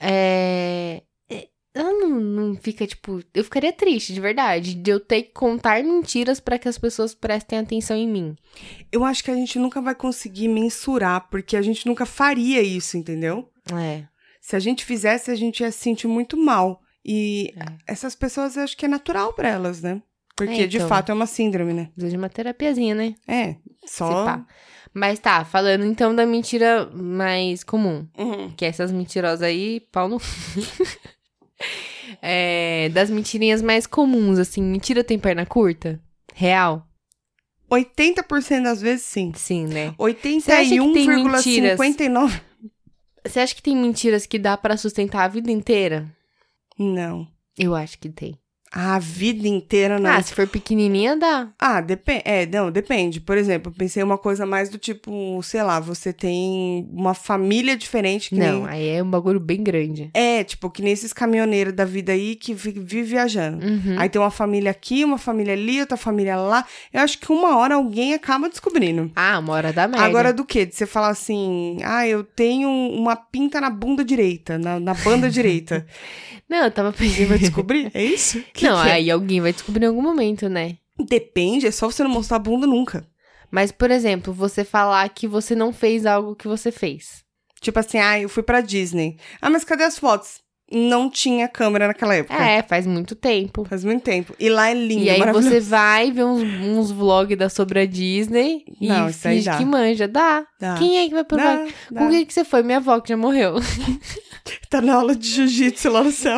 Ela não fica, tipo... Eu ficaria triste, de verdade, de eu ter que contar mentiras pra que as pessoas prestem atenção em mim. Eu acho que a gente nunca vai conseguir mensurar, porque a gente nunca faria isso, entendeu? Se a gente fizesse, a gente ia se sentir muito mal. E essas pessoas, eu acho que é natural pra elas, né? Porque, de fato, é uma síndrome, né? Precisa de uma terapiazinha, né? Só... Mas tá, falando então da mentira mais comum. Que é essas mentirosas aí, pau no... das mentirinhas mais comuns, assim. Mentira tem perna curta? Real? 80% das vezes, sim. Sim, né? 81,59%. Você acha que tem mentiras que dá pra sustentar a vida inteira? Não. Eu acho que tem. A vida inteira, não. Se for pequenininha, dá. Depende. Depende. Por exemplo, eu pensei uma coisa mais do tipo, sei lá, você tem uma família diferente que não, aí é um bagulho bem grande. Tipo, que nem esses caminhoneiros da vida aí que vive viajando. Aí tem uma família aqui, uma família ali, outra família lá. Eu acho que uma hora alguém acaba descobrindo. Uma hora dá merda. Agora do quê? De você falar assim, eu tenho uma pinta na bunda direita, na banda direita. Não, eu tava pensando... Alguém vai descobrir? É isso? Aí alguém vai descobrir em algum momento, né? Depende, é só você não mostrar a bunda nunca. Mas, por exemplo, você falar que você não fez algo que você fez. Tipo assim, eu fui pra Disney. Mas cadê as fotos? Não tinha câmera naquela época. Faz muito tempo. Faz muito tempo. E lá é lindo, e aí maravilhoso. Você vai ver uns vlogs sobre a Disney Não, e isso aí finge dá. que manja. Dá. Quem é que vai provar? Com quem que você foi? Minha avó, que já morreu. Tá na aula de jiu-jitsu lá no céu.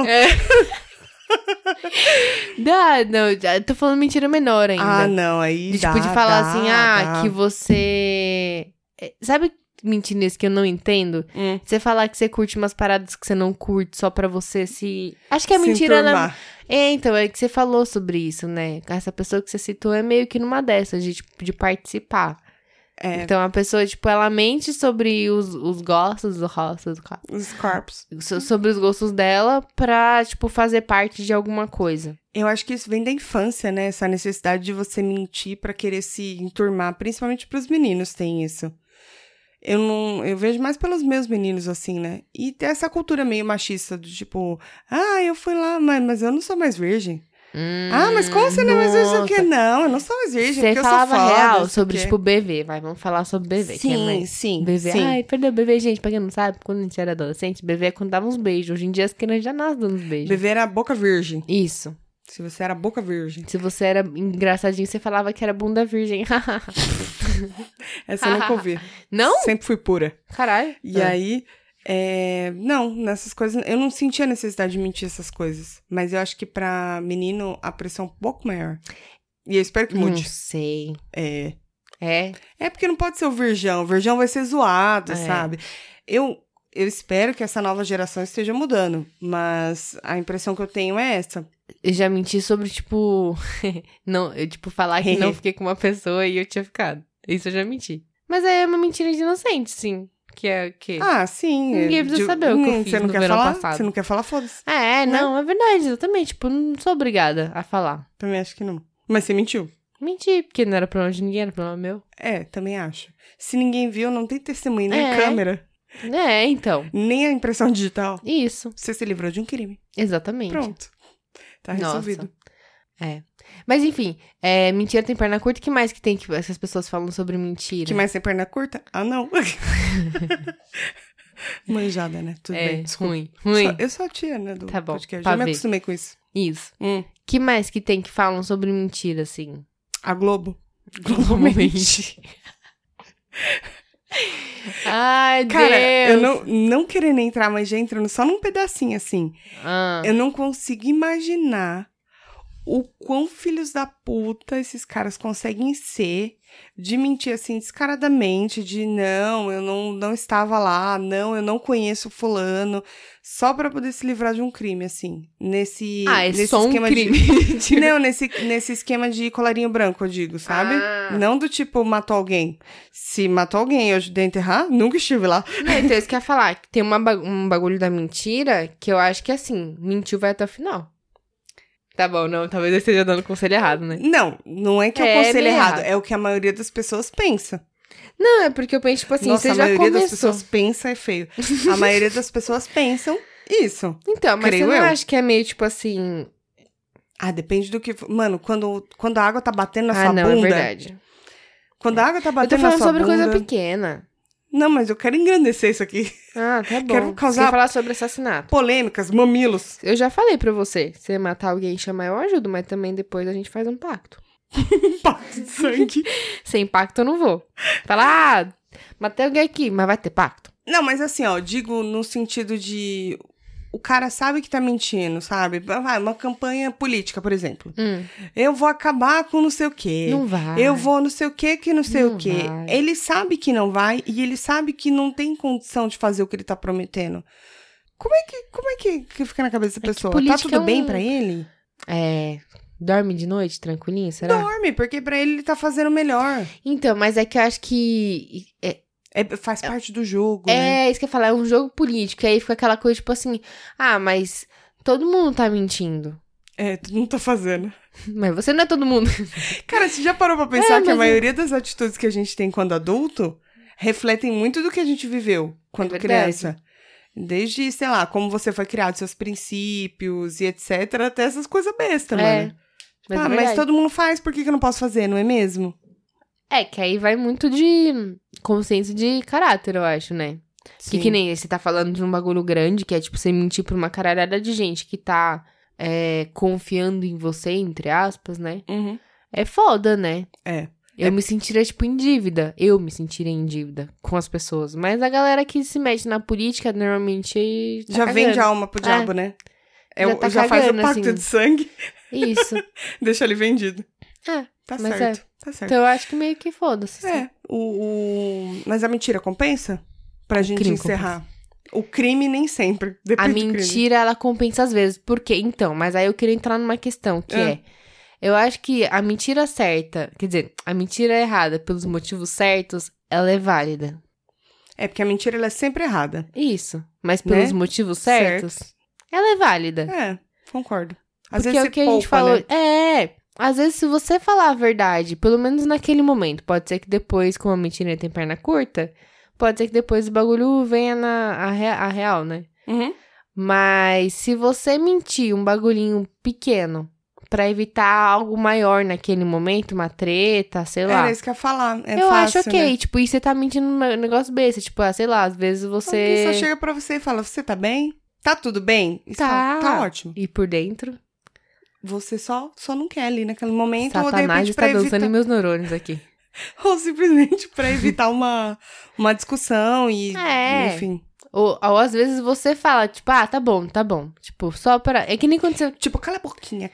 Dá, não, já tô falando mentira menor ainda. Não, aí dá. Tipo, de falar dá. que você... Sabe mentirinhas que eu não entendo? Você falar que você curte umas paradas que você não curte só pra você se... Acho que a mentira... Então, é que você falou sobre isso, né? Essa pessoa que você citou é meio que numa dessas, de participar. Então, a pessoa, tipo, ela mente sobre os gostos, os corpos. Sobre os gostos dela pra, tipo, fazer parte de alguma coisa. Eu acho que isso vem da infância, né? Essa necessidade de você mentir pra querer se enturmar, principalmente pros meninos tem isso. Eu vejo mais pelos meus meninos, assim, né? E tem essa cultura meio machista, do tipo, eu fui lá, mas eu não sou mais virgem. Mas como você não é mais virgem? O quê? Não, eu não sou mais virgem, porque eu sou foda. Você falava real sobre, tipo, BV, vamos falar sobre BV. Sim. BV, perdeu, BV, gente, pra quem não sabe, quando a gente era adolescente, BV é quando dava uns beijos. Hoje em dia as crianças já nascem dando uns beijos. BV era boca virgem. Isso. Se você era boca virgem. Se você era engraçadinho, você falava que era bunda virgem. Essa eu nunca ouvi. Não? Sempre fui pura. Caralho. E aí, não, nessas coisas, eu não sentia a necessidade de mentir essas coisas. Mas eu acho que pra menino, a pressão é um pouco maior. E eu espero que mude. Não sei. É porque não pode ser o virgão. O virgão vai ser zoado, sabe? Eu espero que essa nova geração esteja mudando. Mas a impressão que eu tenho é essa. Eu já menti sobre, tipo... falar que não fiquei com uma pessoa e eu tinha ficado. Isso eu já menti. Mas aí é uma mentira de inocente, sim. Que é o quê? Sim. Ninguém precisa saber o que eu fiz no verão passado. Você não quer falar, foda-se. Não, é verdade, exatamente. Tipo, não sou obrigada a falar. Também acho que não. Mas você mentiu? Menti, porque não era problema de ninguém, era problema meu. Também acho. Se ninguém viu, não tem testemunho, nem câmera. Então. Nem a impressão digital. Isso. Você se livrou de um crime. Exatamente. Pronto. Tá resolvido. Mas enfim, mentira tem perna curta. O que mais que tem que essas pessoas falam sobre mentira? O que mais tem perna curta? Não. Manjada, né? Tudo bem. Ruim. Eu sou a tia, né, do podcast. Já me acostumei com isso. Isso. Que mais que tem que falam sobre mentira, assim? A Globo. Globalmente. Ai, cara, Deus. Eu não querendo entrar, mas já entrando só num pedacinho, assim. Eu não consigo imaginar o quão filhos da puta esses caras conseguem ser de mentir, assim, descaradamente, de eu não estava lá, eu não conheço fulano, só pra poder se livrar de um crime, assim, nesse só esquema um crime. Não, nesse esquema de colarinho branco, eu digo, sabe? Não do tipo, matou alguém. Se matou alguém, eu ajudei a enterrar, nunca estive lá. Então, isso que eu ia falar, que tem um bagulho da mentira, que eu acho que, assim, mentiu vai até o final. Tá bom, não, talvez eu esteja dando conselho errado, né? Não é que é o conselho errado, é o que a maioria das pessoas pensa. Não, é porque eu penso, tipo assim, Nossa, você já começou. A maioria das pessoas pensa é feio. A maioria das pessoas pensam isso. Então, mas você não acha que é meio, tipo assim... depende do que... Mano, quando a água tá batendo na sua bunda... é verdade. Quando a água tá batendo na sua bunda... Eu tô falando sobre coisa pequena. Não, mas eu quero engrandecer isso aqui. Tá bom. Quero causar... Você quer falar sobre assassinato. Polêmicas, mamilos. Eu já falei pra você. Se você matar alguém e chamar, eu ajudo. Mas também depois a gente faz um pacto. Pacto de sangue. Sem pacto eu não vou. Fala, matei alguém aqui, mas vai ter pacto? Não, mas assim, digo no sentido de... O cara sabe que tá mentindo, sabe? Vai, uma campanha política, por exemplo. Eu vou acabar com não sei o quê. Não vai. Eu vou não sei o quê que não sei o quê. Vai. Ele sabe que não vai e ele sabe que não tem condição de fazer o que ele tá prometendo. Como é que fica na cabeça da pessoa? Tá tudo bem pra ele? Dorme de noite, tranquilinho, será? Dorme, porque pra ele tá fazendo melhor. Então, mas é que eu acho que... faz parte do jogo, né? Isso que eu ia falar, é um jogo político. E aí fica aquela coisa, tipo assim... mas todo mundo tá mentindo. Todo mundo tá fazendo. Mas você não é todo mundo. Cara, você já parou pra pensar que a maioria das atitudes que a gente tem quando adulto refletem muito do que a gente viveu quando criança. Desde, sei lá, como você foi criado, seus princípios e etc, até essas coisas bestas, mano. Mas todo mundo faz, por que eu não posso fazer, não é mesmo? Que aí vai muito de consciência de caráter, eu acho, né? Sim. Que nem você tá falando de um bagulho grande, que é tipo você mentir pra uma caralhada de gente que tá confiando em você, entre aspas, né? Uhum. É foda, né? É. Eu me sentiria, tipo, em dívida. Eu me sentiria em dívida com as pessoas. Mas a galera que se mete na política, normalmente tá já cagando. vende a alma pro diabo, né? Já faz o cagando, pacto assim. de sangue. Isso. Deixa ele vendido. Tá certo. Tá certo. Então eu acho que meio que foda-se. É. Mas a mentira compensa? Pra gente crime encerrar. O crime nem sempre. Depende A do crime. mentira, ela compensa às vezes. Por quê? Então, mas aí eu queria entrar numa questão, que é... Eu acho que a mentira certa... Quer dizer, a mentira errada pelos motivos certos, ela é válida. É, porque a mentira, ela é sempre errada. Isso. Mas pelos motivos certos, ela é válida. É, concordo. Às Porque vezes é o que poupa, a gente falou... né? Às vezes, se você falar a verdade, pelo menos naquele momento, pode ser que depois, como a mentira tem perna curta, pode ser que depois o bagulho venha a real, né? Uhum. Mas se você mentir um bagulhinho pequeno pra evitar algo maior naquele momento, uma treta, sei lá. Era isso que eu ia falar. Eu fácil, acho ok. né? Tipo, e você tá mentindo num negócio besta. Tipo, sei lá, às vezes você... Alguém só chega pra você e fala, você tá bem? Tá tudo bem? E você fala, tá ótimo. E por dentro... Você só não quer ali naquele momento. Satanás ou de repente está dançando em meus neurônios aqui. Ou simplesmente pra evitar uma discussão e, enfim. Ou às vezes você fala, tipo, tá bom. Tipo, só pra... É que nem quando você... Tipo, cala a boquinha.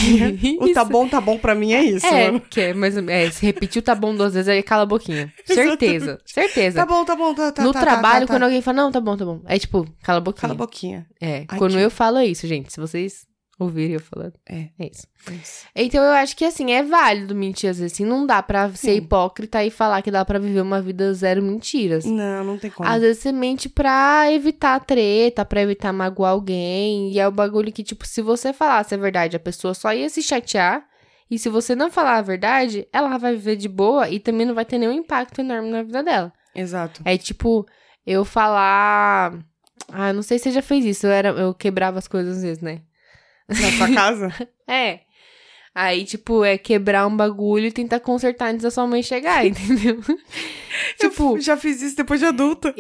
O tá bom pra mim é isso, mano. Se repetiu tá bom 2 vezes, aí cala a boquinha. Certeza. Tá bom, tá. No trabalho, quando alguém fala, não, tá bom. É tipo, cala a boquinha. Cala a boquinha. Quando eu falo é isso, gente. Se vocês... ouvirem eu falando. É isso. Então, eu acho que, assim, é válido mentir às vezes. Assim, não dá pra ser hipócrita e falar que dá pra viver uma vida 0 mentiras. Não tem como. Às vezes você mente pra evitar treta, pra evitar magoar alguém. E é o bagulho que, tipo, se você falasse a verdade, a pessoa só ia se chatear. E se você não falar a verdade, ela vai viver de boa e também não vai ter nenhum impacto enorme na vida dela. Exato. É tipo, eu falar... não sei se você já fez isso. Eu quebrava as coisas às vezes, né? Na sua casa? Aí, tipo, quebrar um bagulho e tentar consertar antes da sua mãe chegar, entendeu? Tipo... Eu já fiz isso depois de adulta.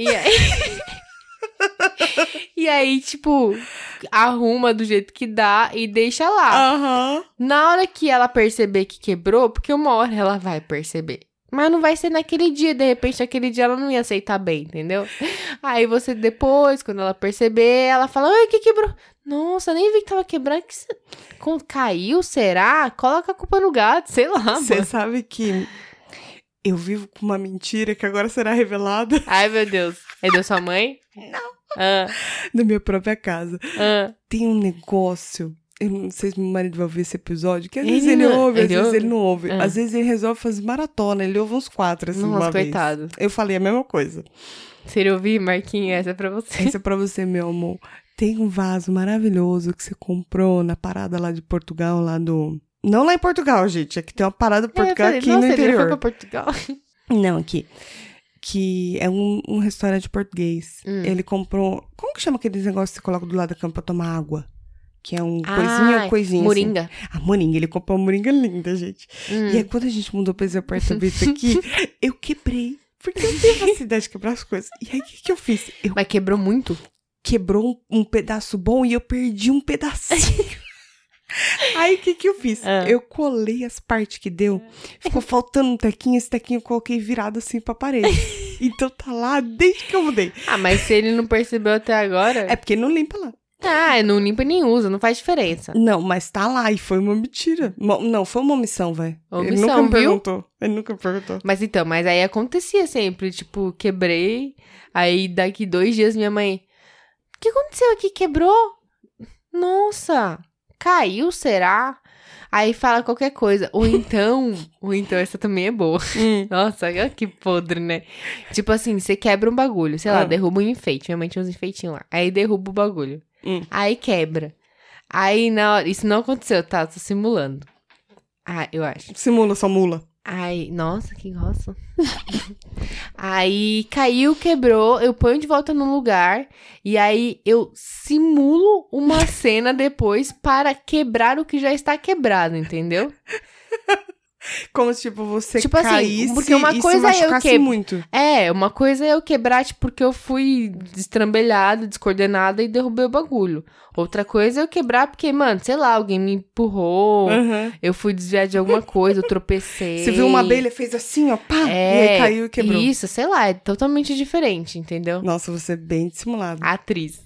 E aí, tipo, arruma do jeito que dá e deixa lá. Aham. Na hora que ela perceber que quebrou, porque uma hora ela vai perceber. Mas não vai ser naquele dia, de repente, naquele dia ela não ia aceitar bem, entendeu? Aí você depois, quando ela perceber, ela fala, ai, que quebrou? Nossa, nem vi que tava quebrando, caiu, será? Coloca a culpa no gato, sei lá, mano. Você sabe que eu vivo com uma mentira que agora será revelada. Ai, meu Deus. É da sua mãe? Não. Da minha própria casa. Tem um negócio... Eu não sei se meu marido vai ouvir esse episódio, que às vezes ele ouve, às vezes ele não ouve. Às vezes ele resolve fazer maratona, ele ouve uns 4, assim, uma vez. Coitado. Eu falei a mesma coisa. Se ele ouvir, Marquinhos, essa é pra você. Essa é pra você, meu amor. Tem um vaso maravilhoso que você comprou na parada lá de Portugal, lá do... Não lá em Portugal, gente, aqui tem uma parada de Portugal aqui no interior. Ele foi pra Portugal? Não, aqui. Que é um restaurante português. Ele comprou... Como que chama aqueles negócios que você coloca do lado da cama pra tomar água? Que é um coisinha. Moringa. Assim. A moringa. Ele comprou uma moringa linda, gente. E aí, quando a gente mudou pra esse apartamento aqui, eu quebrei. Porque eu tenho facilidade de quebrar as coisas. E aí, o que eu fiz? Mas quebrou muito? Quebrou um pedaço bom e eu perdi um pedacinho. Aí, o que eu fiz? Eu colei as partes que deu. Ficou faltando um tequinho. Esse tequinho eu coloquei virado assim pra parede. Então, tá lá desde que eu mudei. Mas se ele não percebeu até agora... É porque ele não limpa lá. Não limpa nem usa, não faz diferença. Não, mas tá lá e foi uma mentira. Não, foi uma omissão, velho. Ele nunca me viu? perguntou. Ele nunca perguntou. Mas aí acontecia sempre, tipo, quebrei, aí daqui 2 dias minha mãe, o que aconteceu aqui? Quebrou? Nossa, caiu, será? Aí fala qualquer coisa. Ou então essa também é boa. Nossa, olha que podre, né? Tipo assim, você quebra um bagulho, sei lá, derruba um enfeite. Minha mãe tinha uns enfeitinhos lá. Aí derruba o bagulho. Aí quebra. Aí na hora... Isso não aconteceu, tá? Tô simulando. Eu acho. Simula, só mula. Aí, nossa, que grossa. Aí caiu, quebrou, eu ponho de volta no lugar e aí eu simulo uma cena depois para quebrar o que já está quebrado, entendeu? Como se, tipo, você tipo caísse assim, porque uma e coisa se machucasse é eu muito. uma coisa é eu quebrar, tipo, porque eu fui destrambelhada, descoordenada e derrubei o bagulho. Outra coisa é eu quebrar porque, mano, sei lá, alguém me empurrou, eu fui desviar de alguma coisa, eu tropecei. Você viu uma abelha, fez assim, ó, pá, e aí caiu e quebrou. Isso, sei lá, é totalmente diferente, entendeu? Nossa, você é bem dissimulado. Atriz.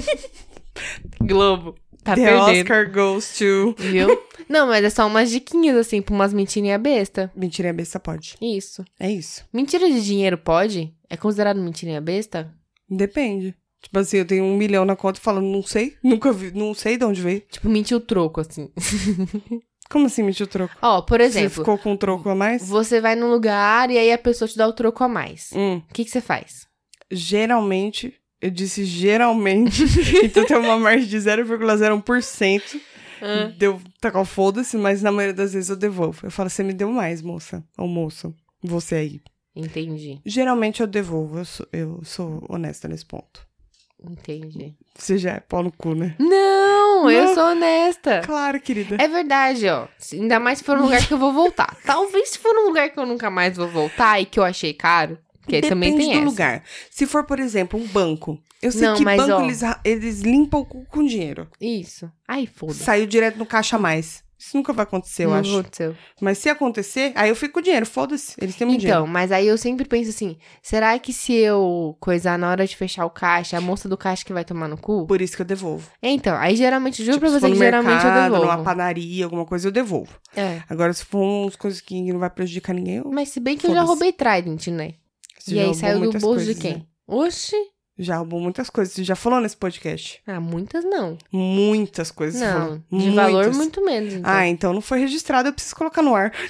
Globo. Tá The perdendo. Oscar goes to... Viu? Não, mas é só umas diquinhas, assim, pra umas mentirinhas besta. Mentirinha besta pode. Isso. É isso. Mentira de dinheiro pode? É considerado mentirinha besta? Depende. Tipo assim, eu tenho 1 milhão na conta falando, não sei, nunca vi, não sei de onde veio. Tipo, mentir o troco, assim. Como assim mentir o troco? Ó, por exemplo... Você ficou com um troco a mais? Você vai num lugar e aí a pessoa te dá o troco a mais. O que você faz? Geralmente, eu disse geralmente, então tem uma margem de 0,01%. Deu tacar o foda-se, mas na maioria das vezes eu devolvo. Eu falo, você me deu mais, moça. Ou moço. Você aí. Entendi. Geralmente eu devolvo. Eu sou honesta nesse ponto. Entendi. Você já é pau no cu, né? Não, eu sou honesta. Claro, querida. É verdade, ó. Ainda mais se for um lugar que eu vou voltar. Talvez se for um lugar que eu nunca mais vou voltar e que eu achei caro. Porque também tem Depende do essa. lugar. Se for, por exemplo, um banco. Eu sei Não, que mas, banco ó, eles limpam o cu com dinheiro. Isso. Ai, foda-se. Saiu direto no caixa a mais. Isso nunca vai acontecer, eu Não acho. aconteceu. Mas se acontecer, aí eu fico com dinheiro. Foda-se. Eles têm muito Então, dinheiro. mas aí eu sempre penso assim, será que se eu coisar na hora de fechar o caixa, a moça do caixa que vai tomar no cu? Por isso que eu devolvo. Então, aí geralmente, juro Tipo, pra se você for que no geralmente eu mercado, devolvo. numa padaria, alguma coisa, eu devolvo. É. Agora, se for umas coisas que não vai prejudicar ninguém, eu... Mas se bem que eu já Foda-se. roubei Trident, né? Você E já aí roubou saiu do muitas bolso coisas, de quem? né? Oxi. Já roubou muitas coisas. Você já falou nesse podcast. Ah, muitas não. Muitas coisas. você Não, falou. de Muitas. valor muito menos, então. Ah, então não foi registrado, eu preciso colocar no ar.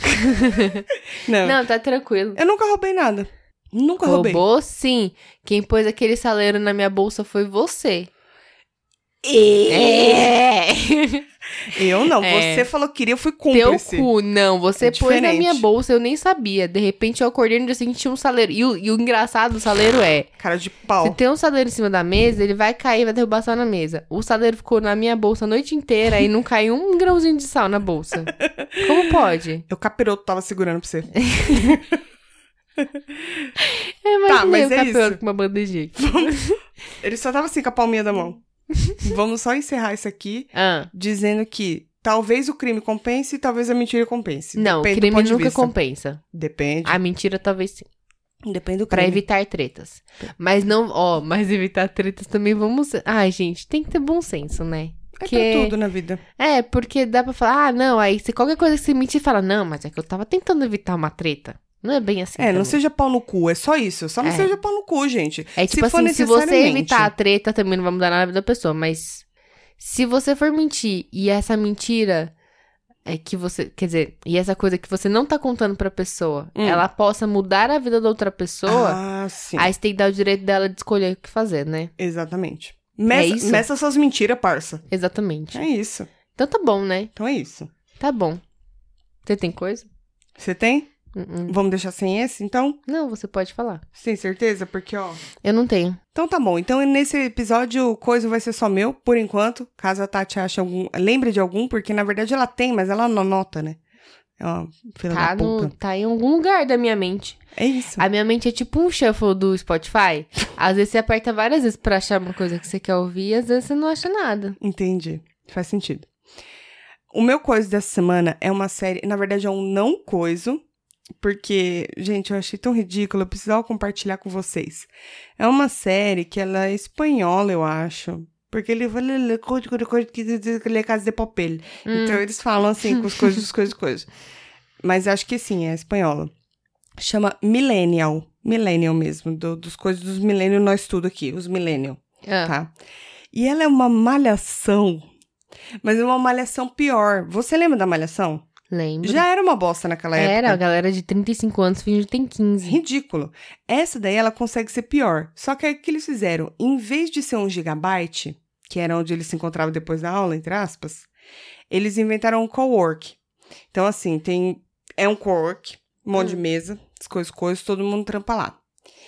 Não, tá tranquilo. Eu nunca roubei nada. Nunca roubei. Roubou, sim. Quem pôs aquele saleiro na minha bolsa foi você. Eu não. É. Você falou que queria, eu fui Teu cúmplice. cu, não. Você É pôs na diferente. minha bolsa, eu nem sabia. De repente eu acordei no dia seguinte tinha um saleiro. E o engraçado do saleiro é... Cara de Se pau. tem um saleiro em cima da mesa, ele vai cair, vai derrubar sal na mesa. O saleiro ficou na minha bolsa a noite inteira e não caiu um grãozinho de sal na bolsa. Como pode? O capiroto tava segurando pra você. Eu imaginei mas o é capiroto isso. com uma bandejinha. Ele só tava assim com a palminha da mão. Vamos só encerrar isso aqui dizendo que talvez o crime compense e talvez a mentira compense. Não, o Depende do crime ponto de nunca vista. compensa. Depende. A mentira talvez sim. Depende do Pra crime. evitar tretas. Mas não, mas evitar tretas também vamos... Ai, gente, tem que ter bom senso, né? É pra tudo na vida. É, porque dá pra falar, não, aí se qualquer coisa que você mentir, fala, não, mas é que eu tava tentando evitar uma treta. Não é bem assim. É, não também. seja pau no cu, é só isso. Só não seja pau no cu, gente. É tipo se for assim, se você necessariamente. evitar a treta, também não vai mudar nada na vida da pessoa. Mas se você for mentir e essa mentira é que você... Quer dizer, e essa coisa que você não tá contando pra pessoa, ela possa mudar a vida da outra pessoa, Ah, sim. aí você tem que dar o direito dela de escolher o que fazer, né? Exatamente. isso? Meça suas mentiras, parça. Exatamente. É isso. Então tá bom, né? Então é isso. Tá bom. Você tem coisa? Você tem? Vamos deixar sem esse, então? Não, você pode falar. Sem certeza? Porque, ó... Eu não tenho. Então tá bom. Então nesse episódio o coisa vai ser só meu, por enquanto. Caso a Tati ache algum... Lembre de algum, porque na verdade ela tem, mas ela não anota, né? É uma filha da puta. Tá em algum lugar da minha mente. É isso. A minha mente é tipo um shuffle do Spotify. Às vezes você aperta várias vezes pra achar uma coisa que você quer ouvir, e às vezes você não acha nada. Entendi. Faz sentido. O meu coisa dessa semana é uma série... Na verdade é um não coiso. Porque, gente, eu achei tão ridículo, eu precisava compartilhar com vocês. É uma série que ela é espanhola, eu acho. Porque ele fala Casa de Papel. Então eles falam assim, com as coisas. Mas acho que sim, é espanhola. Chama Millennial. Millennial mesmo, dos coisas dos millennials, nós tudo aqui, os millennial, tá? E ela é uma malhação, mas é uma malhação pior. Você lembra da malhação? Lembro. Já era uma bosta naquela época. Era, a galera de 35 anos finge que tem 15. Ridículo. Essa daí, ela consegue ser pior. Só que aí o que eles fizeram? Em vez de ser 1 gigabyte, que era onde eles se encontravam depois da aula, entre aspas, eles inventaram um cowork. Então, assim, é um cowork, um monte de mesa, coisas, todo mundo trampa lá.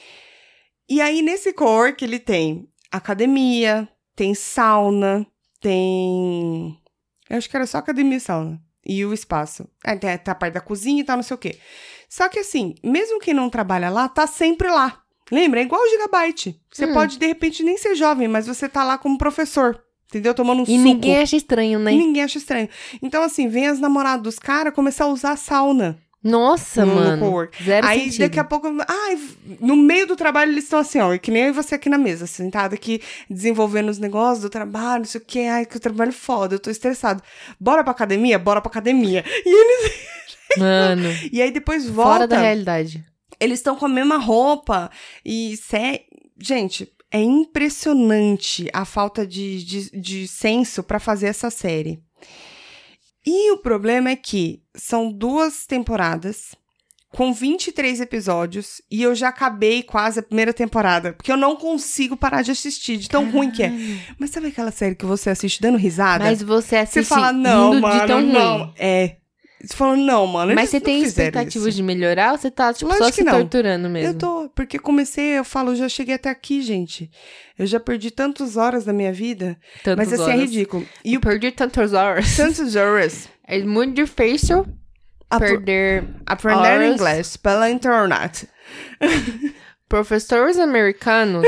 E aí, nesse cowork, ele tem academia, tem sauna, tem... Eu acho que era só academia e sauna. e o espaço. Tá a parte da cozinha e tal, não sei o quê. Só que assim, mesmo quem não trabalha lá, tá sempre lá. Lembra? É igual o Gigabyte. Você pode, de repente, nem ser jovem, mas você tá lá como professor. Entendeu? Tomando um suco. E ninguém acha estranho, né? Ninguém acha estranho. Então, assim, vem as namoradas dos caras começar a usar a sauna. Nossa, mano. Zero aí, sentido. daqui a pouco... no meio do trabalho, eles estão assim, ó. Que nem eu e você aqui na mesa, sentada aqui, desenvolvendo os negócios do trabalho, não sei o quê. Ai, que o trabalho é foda, eu tô estressado. Bora pra academia? Bora pra academia. E eles... Mano. E aí, depois volta... Fora da realidade. Eles estão com a mesma roupa. E... Gente... É impressionante a falta de senso pra fazer essa série. E o problema é que são 2 temporadas com 23 episódios e eu já acabei quase a primeira temporada, porque eu não consigo parar de assistir, de tão ruim que é. Mas sabe aquela série que você assiste dando risada? Mas você assiste você fala, não, mano, de tão não. ruim. Você falou, não, mano. Mas você tem expectativas de melhorar ou você tá, tipo, Lógico só se torturando mesmo? Eu tô, porque eu já cheguei até aqui, gente. Eu já perdi tantas horas da minha vida. Mas assim, é ridículo. E eu perdi tantas horas. Tantas horas. É muito difícil aprender inglês pela internet. Professores americanos.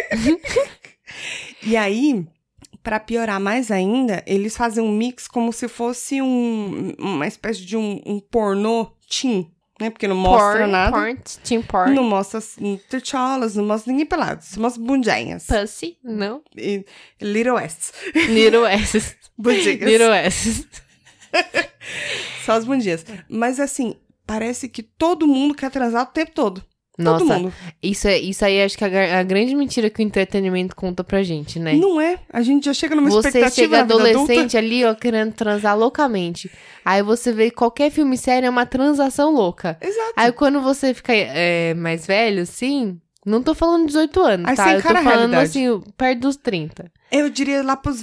E aí... Pra piorar mais ainda, eles fazem um mix como se fosse uma espécie de um pornô teen, né? Porque não mostra nada. Teen porn. Não mostra techolas, não mostra ninguém pelado. Só mostra bundinhas. Pussy, não. E Little S. Little S. Bundinhas. Little S. Só as bundinhas. Mas assim, parece que todo mundo quer transar o tempo todo. Nossa, todo mundo. Isso aí acho que é a grande mentira que o entretenimento conta pra gente, né? Não é. A gente já chega numa expectativa Você chega na vida adolescente adulta. ali, ó, querendo transar loucamente. Aí você vê qualquer filme sério é uma transação louca. Exato. Aí quando você fica mais velho, assim, não tô falando 18 anos, aí tá? Eu tô falando, assim, perto dos 30. Eu diria lá pros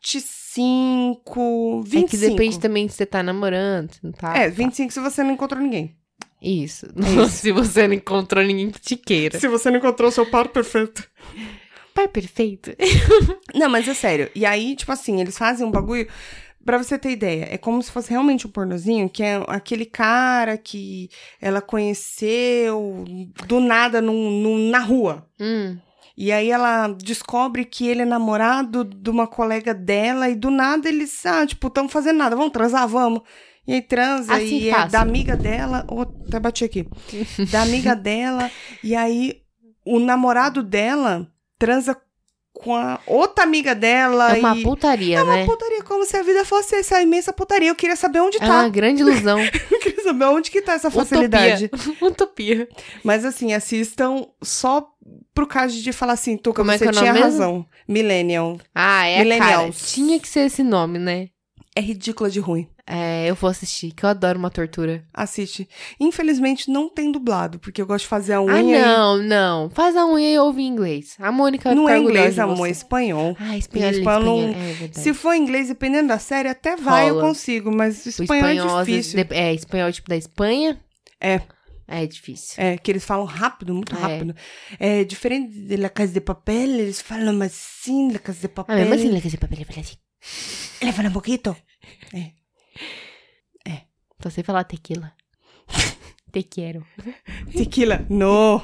25, 25. É que depende também se você tá namorando, não tá? 25 se você não encontrou ninguém. Isso. Se você não encontrou ninguém que te queira. Se você não encontrou o seu par perfeito. Par perfeito? Não, mas é sério. E aí, tipo assim, eles fazem um bagulho... Pra você ter ideia, é como se fosse realmente um pornozinho, que é aquele cara que ela conheceu do nada na rua. E aí ela descobre que ele é namorado de uma colega dela e do nada eles, tipo, tão fazendo nada. Vamos transar? Vamos. E aí transa, assim e fácil. é da amiga dela... até bati aqui. Da amiga dela, e aí o namorado dela transa com a outra amiga dela. É uma putaria, né? É uma putaria, como se a vida fosse essa imensa putaria. Eu queria saber onde tá. É uma grande ilusão. Eu queria saber onde que tá essa facilidade. Utopia. Mas assim, assistam só pro caso de falar assim, Tuca, como você tinha razão. Millennial. Cara. Tinha que ser esse nome, né? É ridícula de ruim. Eu vou assistir, que eu adoro uma tortura. Assiste. Infelizmente, não tem dublado, porque eu gosto de fazer a unha. Não. Faz a unha e ouve em inglês. A Mônica vai não ficar é inglês, orgulhosa de amor, é você. espanhol. Espanhol não... É verdade. Se for inglês, dependendo da série, até vai, eu consigo, mas espanhol é difícil. Espanhol tipo da Espanha? É difícil. Que eles falam rápido, muito rápido. É diferente de La Casa de Papel, eles falam assim, La Casa de Papel. Mesmo assim, La Casa de Papel, ele fala assim. Ele fala um pouquinho. Só sei falar tequila. Te quero. Tequila. No.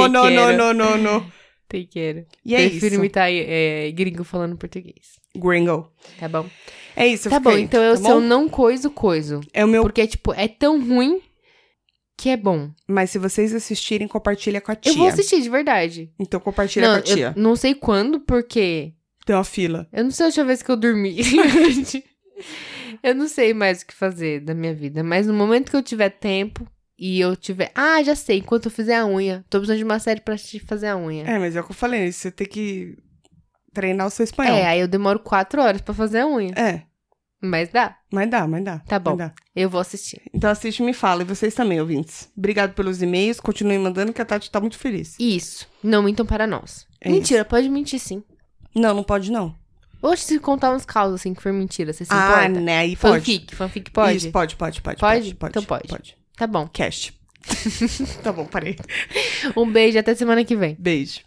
Te quero. E é Prefiro isso. imitar gringo falando português. Gringo. Tá bom? É isso, Tá bom, então eu sou não coiso. É o meu... Porque, tipo, é tão ruim que é bom. Mas se vocês assistirem, compartilha com a tia. Eu vou assistir, de verdade. Então compartilha com a tia. Eu não sei quando, porque... Tem uma fila. Eu não sei a última vez que eu dormi. Eu não sei mais o que fazer da minha vida. Mas no momento que eu tiver tempo e eu tiver... já sei. Enquanto eu fizer a unha. Tô precisando de uma série pra assistir fazer a unha. Mas é o que eu falei. Você tem que treinar o seu espanhol. Aí eu demoro 4 horas pra fazer a unha. Mas dá. Mas dá. Tá bom. Dá. Eu vou assistir. Então assiste e me fala. E vocês também, ouvintes. Obrigado pelos e-mails. Continuem mandando que a Tati tá muito feliz. Isso. Não mintam para nós. Mentira, pode mentir sim. Não pode não. Oxe, se contar uns causos assim que for mentira, você se importa? Né? Aí pode. Fanfic pode? Isso, pode. Pode? Então pode. Tá bom. Cast. Tá bom, parei. Um beijo, até semana que vem. Beijo.